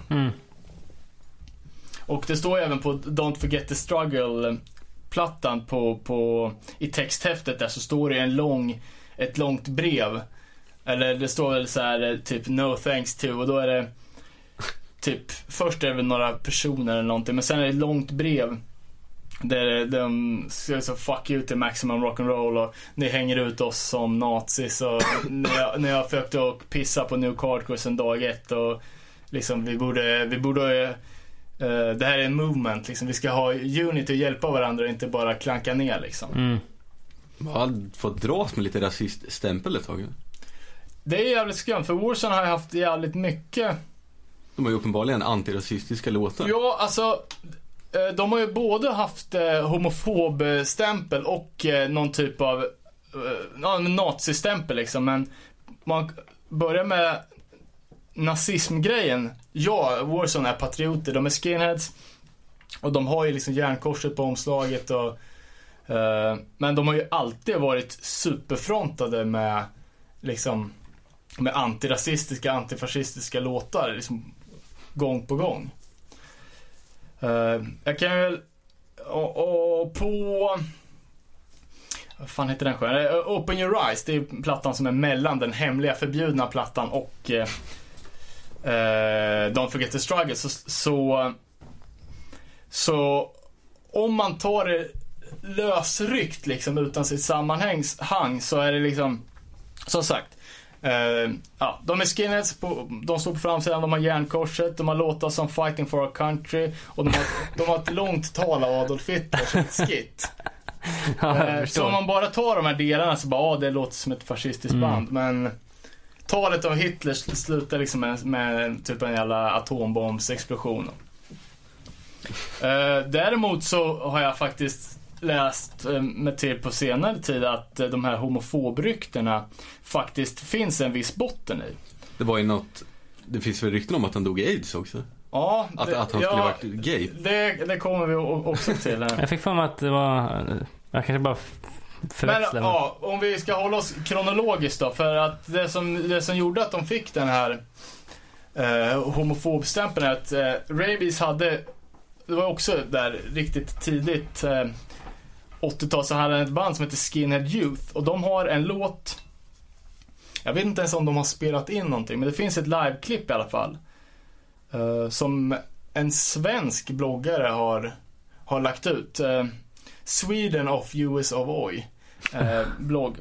Och det står även på Don't Forget the Struggle-plattan i texthäftet där, så står det ett långt brev, eller det står väl så här typ no thanks to, och då är det typ, först är det väl några personer eller någonting, men sen är det ett långt brev där de säger så fuck you till Maximum Rock'n'Roll, och ni hänger ut oss som nazis, och när jag försökte att pissa på New Hardcore sen dag ett, och liksom vi borde det här är en movement liksom, vi ska ha unity och hjälpa varandra och inte bara klanka ner liksom. Man har fått dras med lite rasiststämpel ett tag. Det är jävligt skumt, för Warzone har haft jävligt mycket. De har ju uppenbarligen antirasistiska låtar. Ja, alltså de har ju både haft homofobstämpel och någon typ av nazistämpel liksom, men man börjar med nazismgrejen. Ja, Warzone är patrioter, de är skinheads och de har ju liksom järnkorset på omslaget och men de har ju alltid varit superfrontade med liksom med antirasistiska, antifascistiska låtar liksom gång på gång. Jag kan väl på vad fan heter den sjön? Open Your Eyes, det är plattan som är mellan den hemliga förbjudna plattan och Don't Forget the Struggle, så om man tar det lösryckt liksom utan sitt sammanhang, så är det liksom som sagt de är skinheads de står på framsidan, de har järnkorset, de har låtar som Fighting for Our Country, och de har ett långt tal av Adolf Hitler som ett skit. Så om man bara tar de här delarna så bara det låter som ett fascistiskt band, men talet av Hitler slutar liksom med typ en jävla atombombsexplosion. Däremot så har jag faktiskt läst med till på senare tid att de här homofobryktena faktiskt finns en viss botten i. Det var ju något, det finns väl rykten om att han dog i AIDS också? Att han skulle varit gay. Det kommer vi också till. Jag fick för mig att det var... Jag kanske bara förväxlar. Men om vi ska hålla oss kronologiskt då. För att det som gjorde att de fick den här homofobstämpeln är att Rabies hade... Det var också där riktigt tidigt 80-tal, så hade ett band som heter Skinhead Youth. Och de har en låt... Jag vet inte ens om de har spelat in någonting, men det finns ett liveklipp i alla fall. Som en svensk bloggare har lagt ut. Sweden of US of Oi blogg.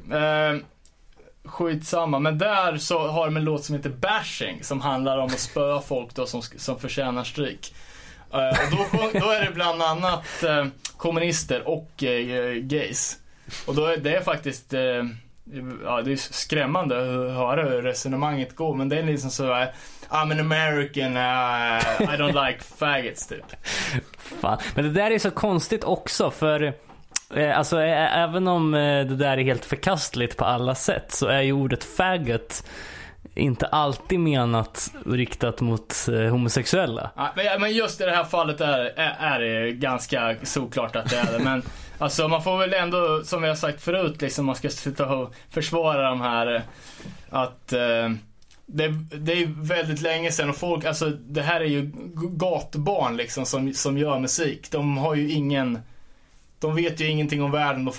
Skitsamma, men där så har de en låt som heter Bashing, som handlar om att spöa folk då som förtjänar stryk. Och då är det bland annat kommunister och gays. Och då är det faktiskt det är skrämmande att höra hur resonemanget går, men det är liksom så här: I'm an American, I don't like faggots typ. Fan. Men det där är så konstigt också, för alltså även om det där är helt förkastligt på alla sätt, så är ju ordet faggot inte alltid menat riktat mot homosexuella. Men just i det här fallet är det ganska såklart att det är det. Men alltså man får väl ändå, som vi har sagt förut, liksom, man ska sitta och försvara de här att det är väldigt länge sedan, och folk, alltså det här är ju gatubarn liksom som gör musik. De har ju de vet ju ingenting om världen.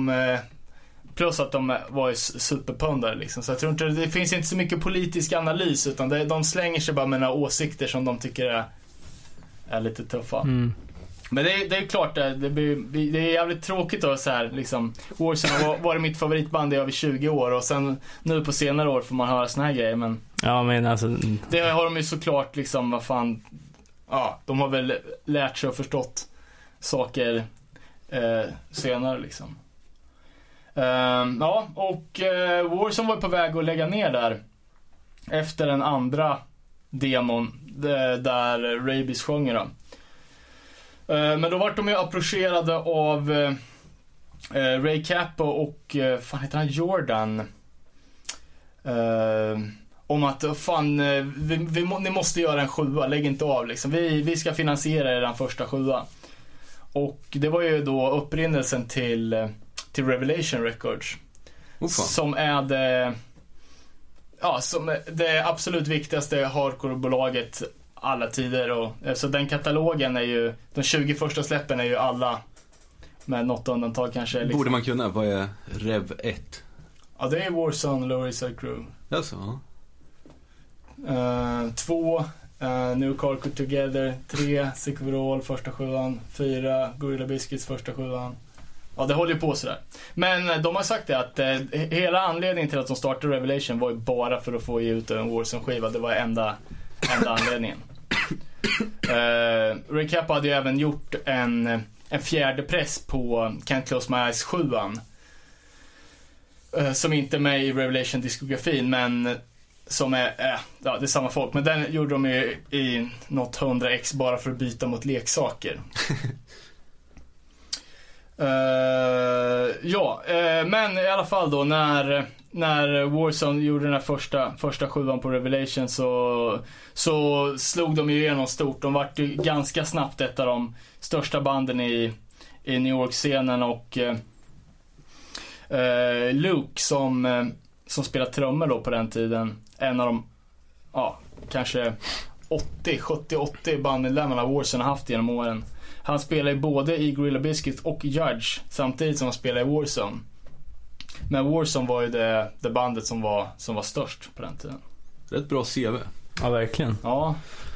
Plus att de var ju superpundare liksom. Så jag tror inte det finns inte så mycket politisk analys, utan de slänger sig bara med några åsikter som de tycker är lite tuffa. Men det är klart det är jävligt tråkigt då, så här liksom. Warzone har varit mitt favoritband i över 20 år, och sen nu på senare år får man höra såna här grejer, men ja, men alltså det har de ju såklart liksom, vad fan, de har väl lärt sig och förstått saker senare liksom. Warzone var på väg att lägga ner där efter den andra demon där Rabies sjunger då. Men då var de ju approcherade av Ray Cappo och fan heter han, Jordan, om att ni måste göra en 7, lägg inte av liksom. Vi ska finansiera den första 7. Och det var ju då upprinnelsen till Revelation Records, som är det absolut viktigaste hardcore-bolaget alla tider. Och så den katalogen är ju, de 20 första släppen är ju alla, med något undantag kanske liksom. Borde man kunna, vad är Rev 1? Ja, det är Warzone, Lower Side Crew. Alltså. 2 New Hardcore Together, 3 Sick Overall första 7, 4 Gorilla Biscuits första 7. Ja, det håller ju på sådär. Men de har sagt det att hela anledningen till att de startade Revelation var ju bara för att få ge ut en Warzone-skiva. Det var enda anledningen. Ray Cappo hade ju även gjort en fjärde press på Can't Close My Eyes 7, som inte är med i Revelation-diskografin, men som är det är samma folk. Men den gjorde de ju i något 100x bara för att byta mot leksaker. Men i alla fall då, när Warzone gjorde den här första 7 på Revelation, så slog de ju igenom stort. De var ju ganska snabbt ett av de största banden i New York-scenen, och Luke som spelade trummor då på den tiden, en av de kanske 70-80 bandmedlemmarna Warzone har haft genom åren. Han spelar ju både i Gorilla Biscuits och Judge samtidigt som han spelar i Warzone. Men Warzone var ju det bandet som var störst på den tiden. Det är ett bra CV. Ja, verkligen. Ja,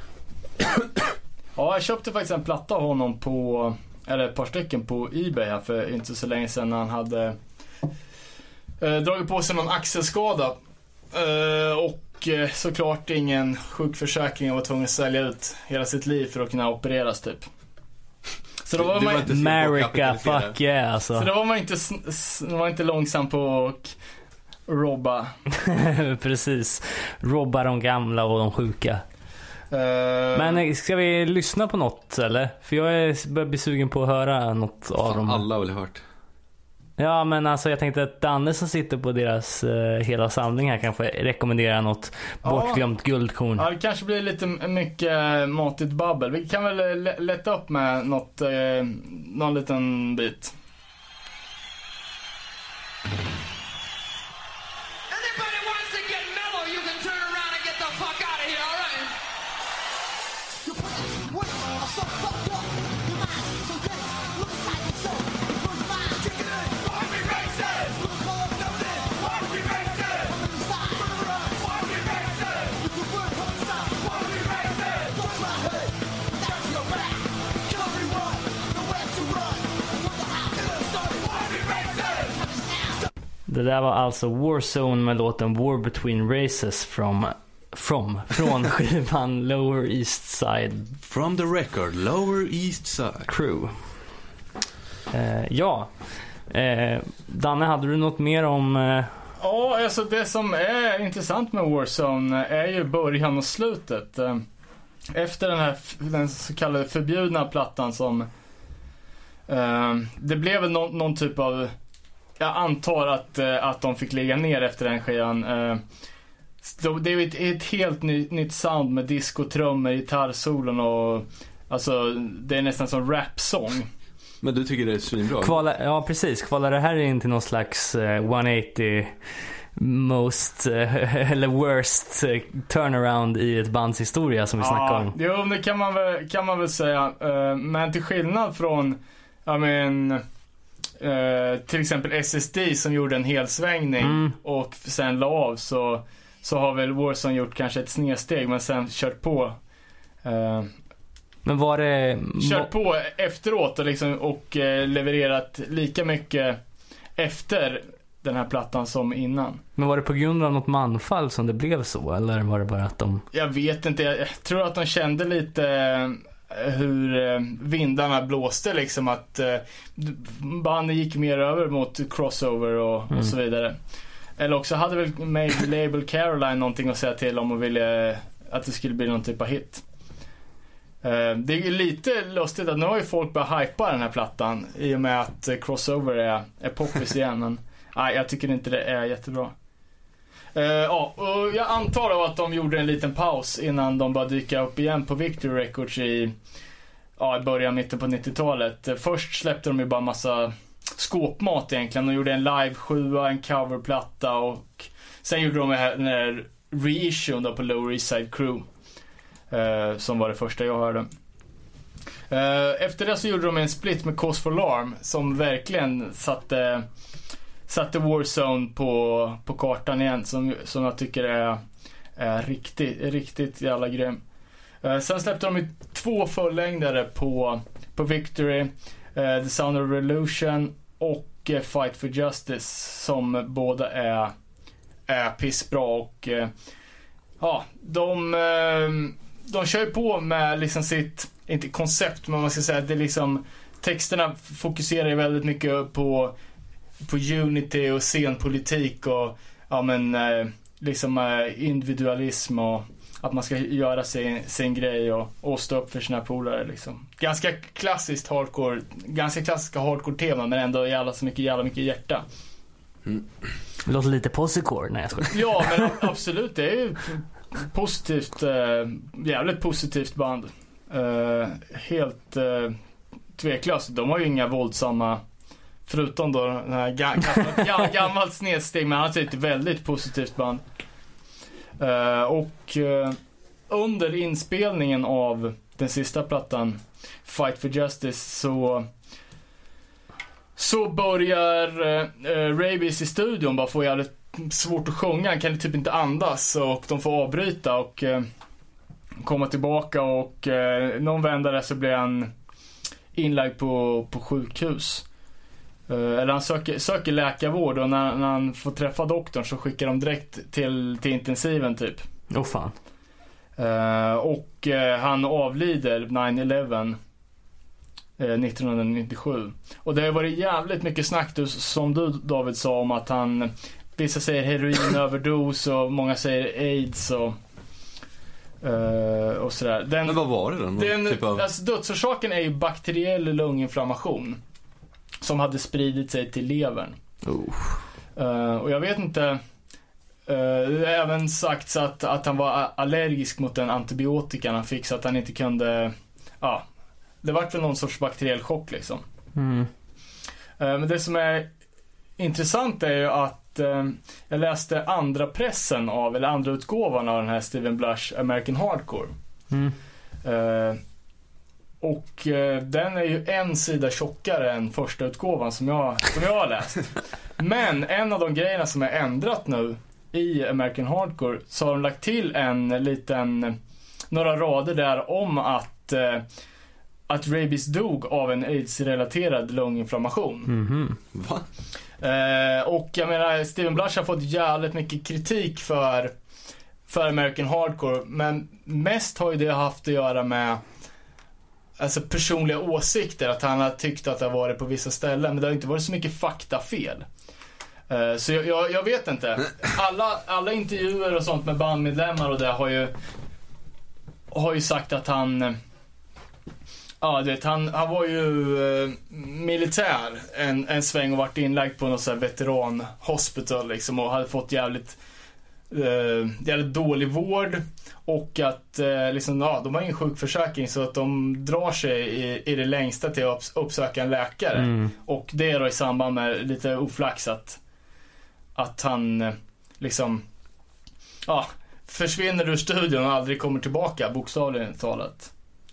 jag köpte faktiskt en platta av honom ett par stycken på eBay här för inte så länge sedan, när han hade dragit på sig någon axelskada. Och såklart ingen sjukförsäkring, och var tvungen att sälja ut hela sitt liv för att kunna opereras typ. Så då var man America, fuck yeah alltså. Så då var man inte långsam på att robba. Precis, robba de gamla och de sjuka. Men ska vi lyssna på något eller? För jag börjar bli sugen på att höra något av dem. Alla har väl hört. Ja, men alltså jag tänkte att Danne som sitter på deras hela samling här kanske rekommenderar något bortglömt guldkorn. Ja, det kanske blir lite mycket matigt babbel. Vi kan väl lätta upp med någon liten bit. Det där var alltså Warzone med låten War Between Races från skivan Lower East Side. From the record, Lower East Side Crew. Danne, hade du något mer om... Ja, alltså det som är intressant med Warzone är ju början och slutet. Efter den så kallade förbjudna plattan som... det blev väl någon typ av... Jag antar att de fick lägga ner efter den skivan. Det är ett helt nytt sound med disco-trummor, gitarrsolon och alltså det är nästan som rap-sång. Men du tycker det är svinbra? Ja, precis. Kvalar det här in till någon slags 180 most eller worst turnaround i ett bands historia som vi snackar om? Jo, det kan man väl säga. Men till skillnad från till exempel SSD som gjorde en hel svängning och sen la av, så har väl Warzone gjort kanske ett snedsteg men sen kört på. Men var det... Kört på efteråt och levererat lika mycket efter den här plattan som innan. Men var det på grund av något manfall som det blev så? Eller var det bara att de... Jag vet inte, jag tror att de kände lite hur vindarna blåste liksom, att bandet gick mer över mot crossover och så vidare. Eller också hade väl Label Caroline någonting att säga till om och ville att det skulle bli någon typ av hit. Det är lite lustigt att nu har ju folk börjat hypa den här plattan i och med att crossover är poppis igen, men jag tycker inte det är jättebra. Och jag antar då att de gjorde en liten paus innan de bara dyka upp igen på Victory Records i början, mitten på 90-talet. Först släppte de ju bara massa skåpmat egentligen. De gjorde en live-7, en coverplatta och sen gjorde de den här reissuen då på Lower East Side Crew, som var det första jag hörde. Efter det så gjorde de en split med Cause for Alarm som verkligen satte Warzone på kartan igen, som jag tycker är riktigt jävla grym. Sen släppte de 2 fullängdare på Victory, The Sound of Revolution och Fight for Justice, som båda är pissbra och de kör ju på med liksom sitt, inte koncept, men man ska säga att det liksom, texterna fokuserar ju väldigt mycket på unity och scenpolitik och individualism och att man ska göra sin grej och stå upp för sina polare liksom. Ganska klassiskt hardcore, ganska klassiska hardcore-tema, men ändå jävla mycket hjärta. Det låter lite possecore när jag skojar. Ja, men absolut, det är ju positivt, jävligt positivt band. Helt tveklöst. De har ju inga våldsamma, förutom då den här gammalt snedsteg, men alltså ett väldigt positivt band. Under inspelningen av den sista plattan Fight for Justice så börjar Rabies i studion bara få jävligt svårt att sjunga. Han kan typ inte andas och de får avbryta och komma tillbaka, och någon vändare så blir han inlagd på sjukhus. Eller han söker läkarvård, och när han får träffa doktorn så skickar de direkt till intensiven typ. Fan. Och han avlider 9/11 1997. Och det har varit jävligt mycket snack, som du David sa, om att han, vissa säger heroinöverdos och många säger AIDS och sådär. Men vad var det då? Alltså, dödsorsaken är ju bakteriell lunginflammation. som hade spridit sig till levern. Och jag vet inte, det är även sagts att han var allergisk mot den antibiotikan han fick, så att han inte kunde, det var väl någon sorts bakteriell chock liksom. Men det som är intressant är ju att jag läste andra utgåvan av den här Steven Blush American Hardcore. Och den är ju en sida tjockare än första utgåvan som jag har läst. Men en av de grejerna som är ändrat nu i American Hardcore, så har de lagt till några rader där om att Rabies dog av en AIDS-relaterad lunginflammation. Va? Och jag menar, Steven Blush har fått jävligt mycket kritik för American Hardcore, men mest har ju det haft att göra med personliga åsikter, att han har tyckt att det har varit på vissa ställen, men det har inte varit så mycket faktafel. Så jag vet inte. Alla intervjuer och sånt med bandmedlemmar och det har ju sagt att han var ju militär en sväng och varit inlagd på något så här veteranhospital liksom, och hade fått jävligt dålig vård, och att de har ingen sjukförsäkring, så att de drar sig i det längsta till att uppsöka en läkare. Och det är då i samband med lite oflax att han försvinner ur studion och aldrig kommer tillbaka, bokstavligen talat.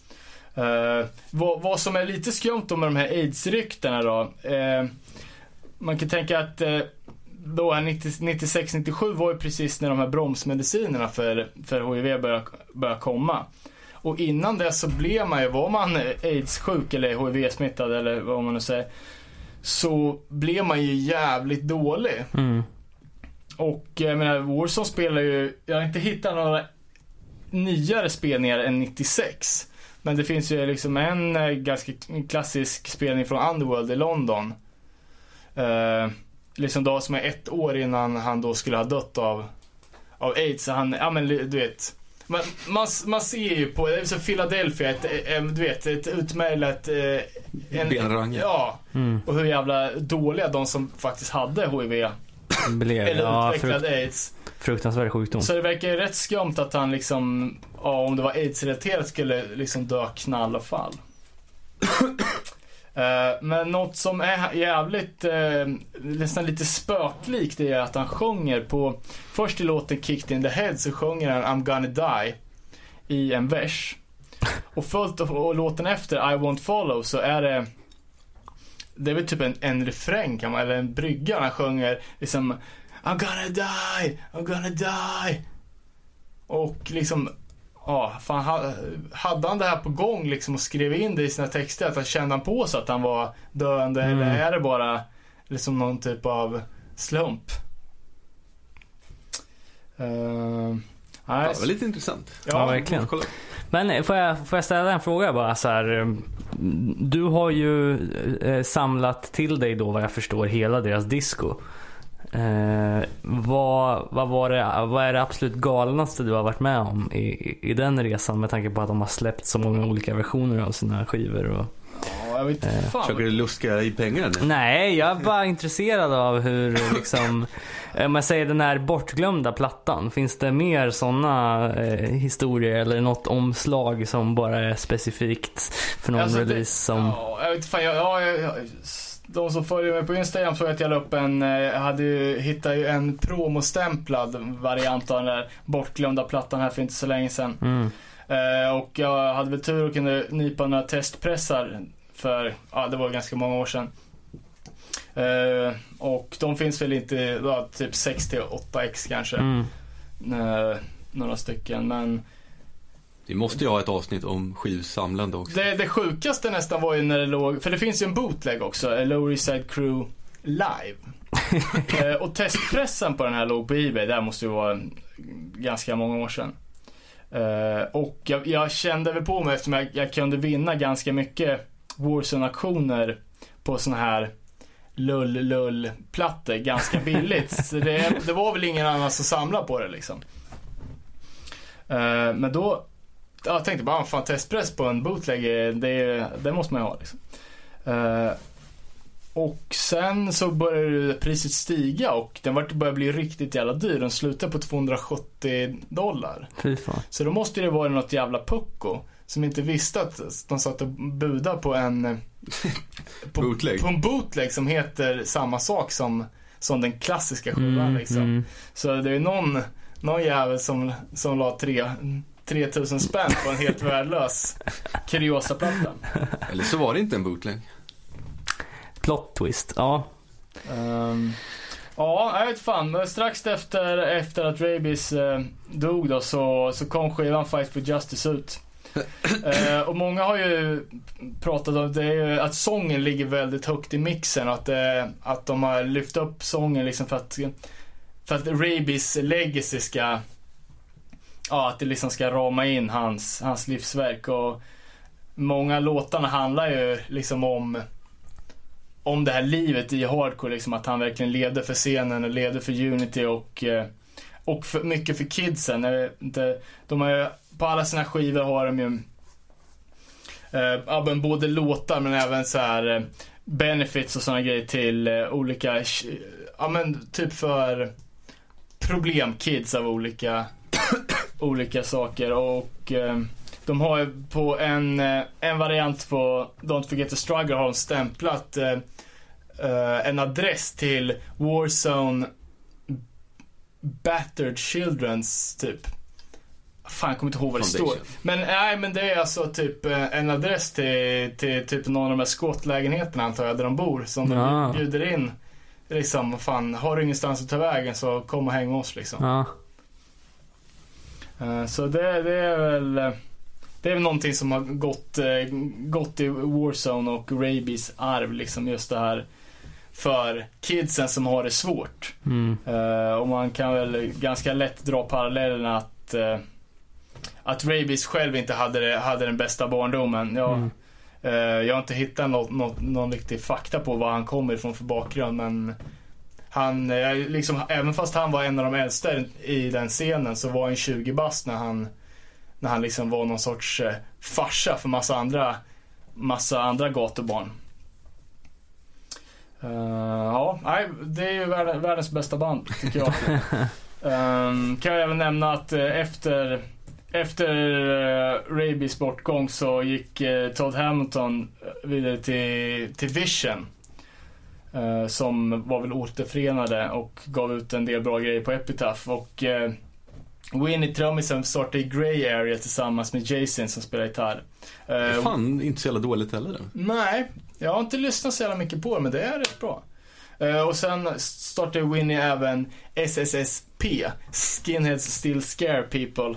Vad som är lite skumt med de här AIDS-ryktena då, man kan tänka att då 96-97 var ju precis när de här bromsmedicinerna för HIV började komma. Och innan det så var man AIDS-sjuk eller HIV-smittad eller vad man nu säger, så blev man ju jävligt dålig. Och jag menar, Warzone spelar ju, jag har inte hittat några nyare spelningar än 96, men det finns ju liksom en ganska klassisk spelning från Underworld i London, liksom då som är 1 år innan han då skulle ha dött av AIDS. Så han, du vet, man ser ju på det är så Philadelphia ett utmärglat benrang. Ja. Och hur jävla dåliga de som faktiskt hade HIV eller utvecklad AIDS. Fruktansvärd sjukdom. Så det verkar ju rätt skumt att han liksom, om det var AIDS-relaterat, skulle liksom dö knall och fall. Men något som är jävligt nästan lite spöklikt är att han sjunger på, först i låten Kicked in the Head så sjunger han I'm gonna die i en vers, och följt och låten efter I won't follow så är det är väl typ en refräng eller en brygga, han sjunger liksom I'm gonna die, och liksom hade han det här på gång liksom och skrev in det i sina texter, att han kände på sig att han var döende, eller är det bara liksom någon typ av slump? Det var lite intressant. Ja, verkligen. Men får jag ställa en fråga bara så här, du har ju samlat till dig då, vad jag förstår, hela deras disco. Vad är det absolut galnaste du har varit med om i den resan, med tanke på att de har släppt så många olika versioner av sina skivor och... jag vet inte, försöker du luska i pengar nu? Nej, jag är bara intresserad av hur liksom, om jag säger den här bortglömda plattan, finns det mer sådana historier eller något omslag som bara är specifikt för någon release som... jag vet fan, de som följer mig på Instagram så att jag la upp hittat en promostämplad variant av den där bortglömda plattan här för inte så länge sedan. Och jag hade väl tur och kunde nypa några testpressar för, det var ganska många år sedan. Och de finns väl inte, typ 6-8x kanske. Några stycken, men vi måste ju ha ett avsnitt om skivsamlande också. Det sjukaste nästan var ju när det låg, för det finns ju en bootleg också, Lower East Side Crew live. Och testpressen på den här låg på eBay, där måste ju vara ganska många år sedan. Och jag kände väl på mig, eftersom jag kunde vinna ganska mycket Warzone-aktioner på såna här lull-plattor ganska billigt. Så det var väl ingen annan som samlade på det liksom. Men då jag tänkte bara, fan, testpress på en bootleg, det måste man ju ha liksom. Och sen så började priset stiga och den började bli riktigt jävla dyr. Den slutade på $270. Fy fan. Så då måste det vara något jävla pucko som inte visste att de satt och budade på en bootleg. På en bootleg som heter samma sak som den klassiska skivan liksom. Så det är någon jävel som la 3000 spänn på en helt värdelös kuriosa-platta. Eller så var det inte en bootleg. Plot twist, ja. Ja, jag vet fan. Men strax efter att Rabies dog då så kom skivan Fight for Justice ut. Och många har ju pratat om det, att sången ligger väldigt högt i mixen, att de har lyft upp sången liksom för att Rabies legacy ska, att det liksom ska rama in hans livsverk. Och många låtarna handlar ju liksom om det här livet i hardcore liksom, att han verkligen levde för scenen och levde för Unity och för, mycket för kidsen. De har ju, på alla sina skivor har de ju både låtar men även så här benefits och såna grejer till olika, typ för problemkids av olika saker. Och de har ju på en variant på Don't Forget to Struggle har de stämplat en adress till Warzone Battered Children's typ. Fan, jag kommer inte ihåg vad det står. Men det är alltså typ en adress till typ någon av de här skottlägenheterna antar jag där de bor, som de bjuder in liksom, fan, har du ingenstans att ta vägen så kom och häng med oss liksom. Så det är väl någonting som har gått i Warzone och Rabies arv liksom, just det här för kidsen som har det svårt. Och man kan väl ganska lätt dra parallellen att Rabies själv inte hade den bästa barndomen. Jag har inte hittat någon riktig fakta på vad han kommer ifrån för bakgrund, men han liksom, även fast han var en av de äldsta i den scenen, så var han 20 bast när han liksom var någon sorts farsa för massa andra gatubarn. Det är ju världens bästa band tycker jag. Kan jag även nämna att efter Rabies bortgång så gick Todd Hamilton vidare till Vision, som var väl återförenade och gav ut en del bra grejer på Epitaph. Och Winnie trummisen startade i Grey Area tillsammans med Jason som spelar gitarr. Fan, inte så jävla dåligt heller. Nej, jag har inte lyssnat så jävla mycket på det, men det är rätt bra. Och sen startade Winnie även SSSP, Skinheads Still Scare People.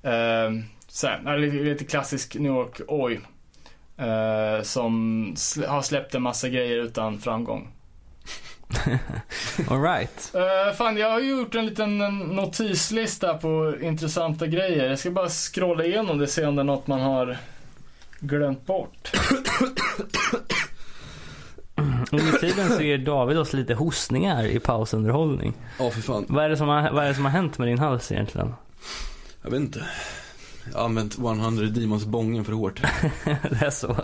Lite klassisk New York oj, som har släppt en massa grejer utan framgång. All right. Fan, jag har gjort en liten notislista på intressanta grejer. Jag ska bara scrolla igenom det, se om det är något man har glömt bort. Under tiden så ger David oss lite hostningar i pausunderhållning. För fan. Vad är det som har hänt med din hals egentligen? Jag vet inte. Jag har använt 100 Demons bången för hårt. Det är så.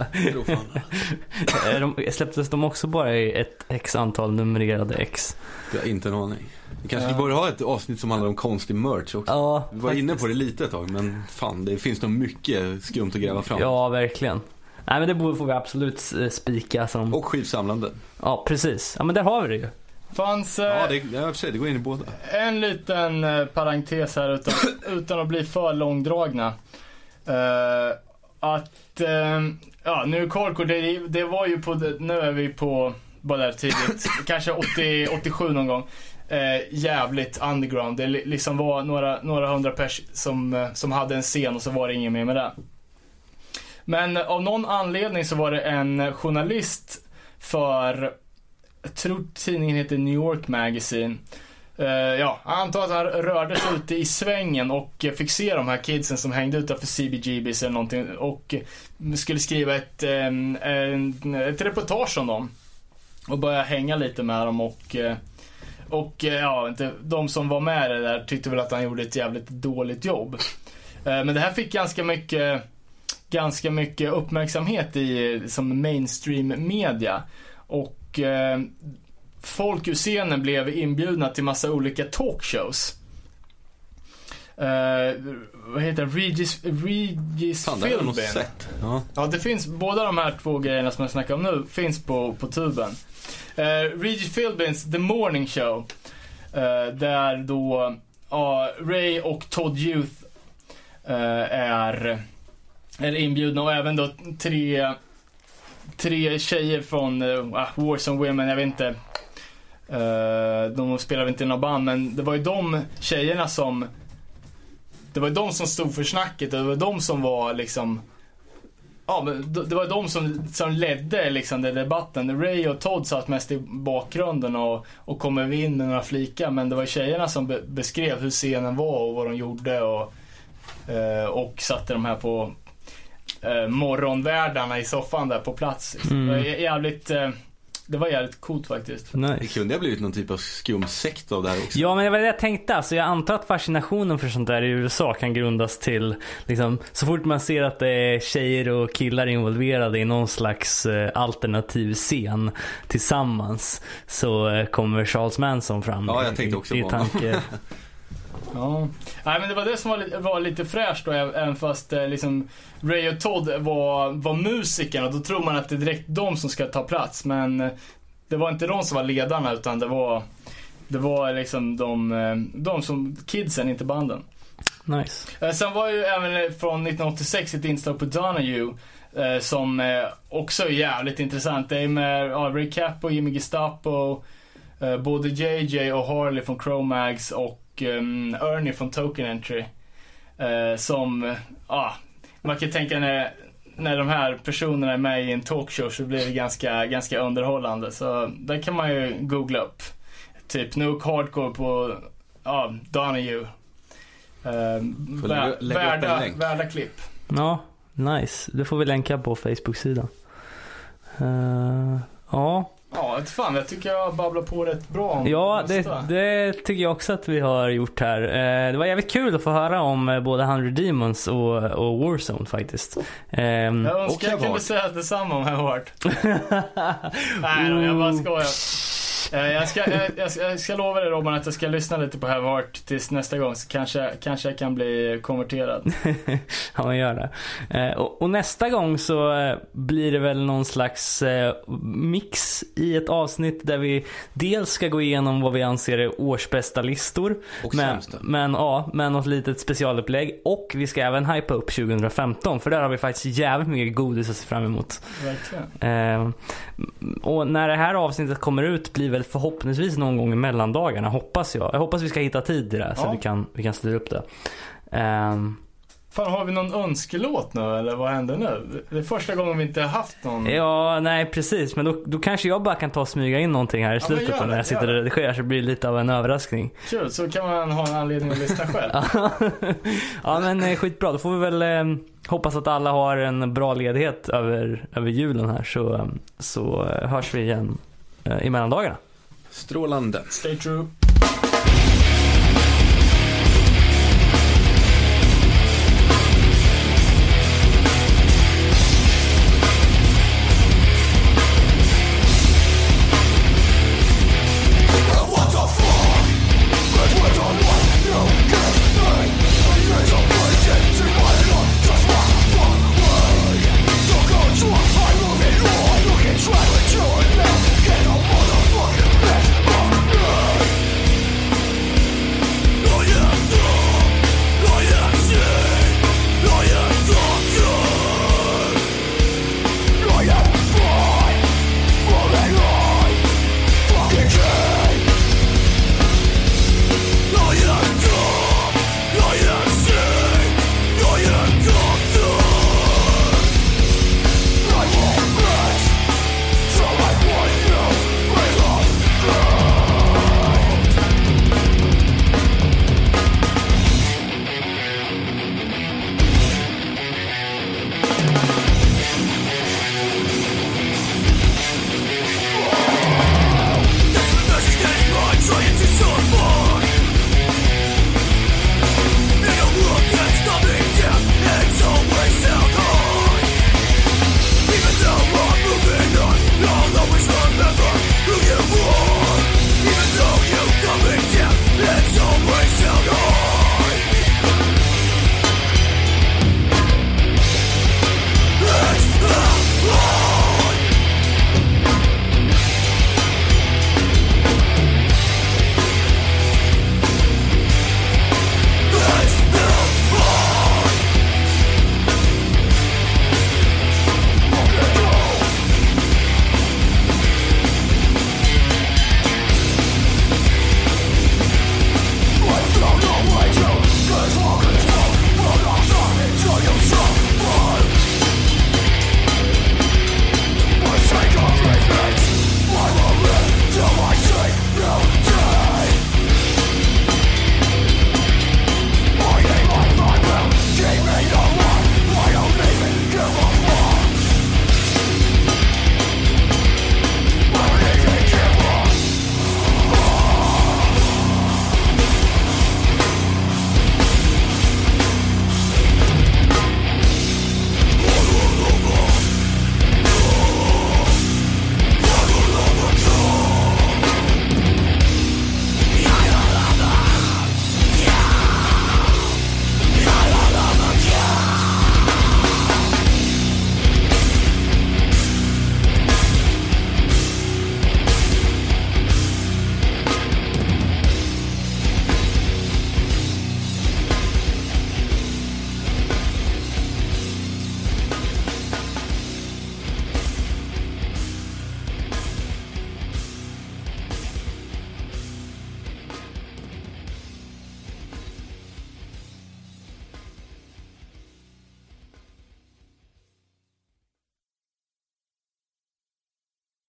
Släpptes de också bara i ett x antal numrerade x? Jag har inte en aning. Vi kanske borde ha ett avsnitt som handlar om konstig merch också. Ja, vi var inne på det lite ett tag, men fan, det finns nog mycket skumt att gräva fram. Ja, verkligen. Nej, men det får vi absolut spika som... Och skivsamlande. Ja, precis. Ja, men där har vi det ju. Fanns det går in i båda. En liten parentes här utan att bli för långdragna. Nu Hardcore, det var ju på, nu är vi på bara där tidigt, kanske 87 någon gång. Jävligt underground. Det liksom var några hundra pers som hade en scen och så var det ingen mer med det. Men av någon anledning så var det en journalist för, jag tror tidningen heter New York Magazine. Jag antar att han rörde sig ute i svängen och fick se de här kidsen som hängde utanför CBGBs eller någonting och skulle skriva ett reportage om dem och börja hänga lite med dem och de som var med det där tyckte väl att han gjorde ett jävligt dåligt jobb. Men det här fick ganska mycket uppmärksamhet i som mainstream media. Och Och folk ur scenen blev inbjudna till massa olika talkshows. Vad heter det? Regis Philbin. Ja, det finns båda de här två grejerna som jag snackar om nu finns på tuben. Regis Philbins The Morning Show, där då Ray och Todd Youth är inbjudna, och även då tre tjejer från Warzone Women, jag vet inte, de spelar inte i någon band, men det var ju de tjejerna som stod för snacket, och det var de som var liksom, det var de som ledde liksom den debatten. Ray och Todd satt mest i bakgrunden och kom in med några flikar, men det var tjejerna som beskrev hur scenen var och vad de gjorde, och satte de här på morgonvärdarna i soffan där på plats. Det var jävligt coolt faktiskt. Nice. Det kunde ha blivit någon typ av skumsekt av det här också. Ja, men det var det jag tänkte. Alltså, jag antar att fascinationen för sånt där i USA kan grundas till liksom, så fort man ser att det är tjejer och killar involverade i någon slags alternativ scen tillsammans, så kommer Charles Manson fram. Ja, jag tänkte också i på tanke. Ja. Nej, men det var det som var lite fräscht då, även fast liksom Ray och Todd var musiker, och då tror man att det är direkt de som ska ta plats, men det var inte de som var ledarna, utan det var liksom de som kidsen, inte banden. Nice. Sen var ju även från 1986 ett inslag på Donahue som också är jävligt intressant. Det är med Ray Capo, Jimmy Gestapo, både JJ och Harley från Cro-Mags och Ernie från Token Entry, som man kan tänka när de här personerna är med i en talkshow, så blir det ganska underhållande, så där kan man ju googla upp typ Nuke Hardcore på Donahue. Värda klipp. Ja, nice. Det får vi länka på Facebook-sidan. Ja, fan, jag tycker jag babblar på rätt bra. Ja, det tycker jag också att vi har gjort här. Det var jävligt kul att få höra om både 100 Demons och Warzone faktiskt. Jag önskar jag kunde säga detsamma om Heart. Nej då, jag bara skojar. Jag ska lova dig, Robban, att jag ska lyssna lite på Heart tills nästa gång, så kanske jag kan bli konverterad. Ja, man gör det. Och nästa gång så blir det väl någon slags mix i ett avsnitt där vi dels ska gå igenom vad vi anser är årsbästa listor, men något litet specialupplägg, och vi ska även hypa upp 2015, för där har vi faktiskt jävligt mycket godis att se fram emot. Verkligen. Och när det här avsnittet kommer ut blir väl förhoppningsvis någon gång i mellandagarna, hoppas jag. Jag hoppas vi ska hitta tid till det, så vi kan styra upp det. Fan, har vi någon önskelåt nu, eller vad händer nu? Det är första gången vi inte har haft någon. Ja, nej precis, men då kanske jag bara kan ta och smyga in någonting här i slutet när jag sitter och redigerar, så det blir lite av en överraskning. Kul, så kan man ha en anledning att lyssna själv. Ja, men skitbra. Då får vi väl hoppas att alla har en bra ledighet över julen här, så hörs vi igen i mellandagarna. Strålande. Stay true.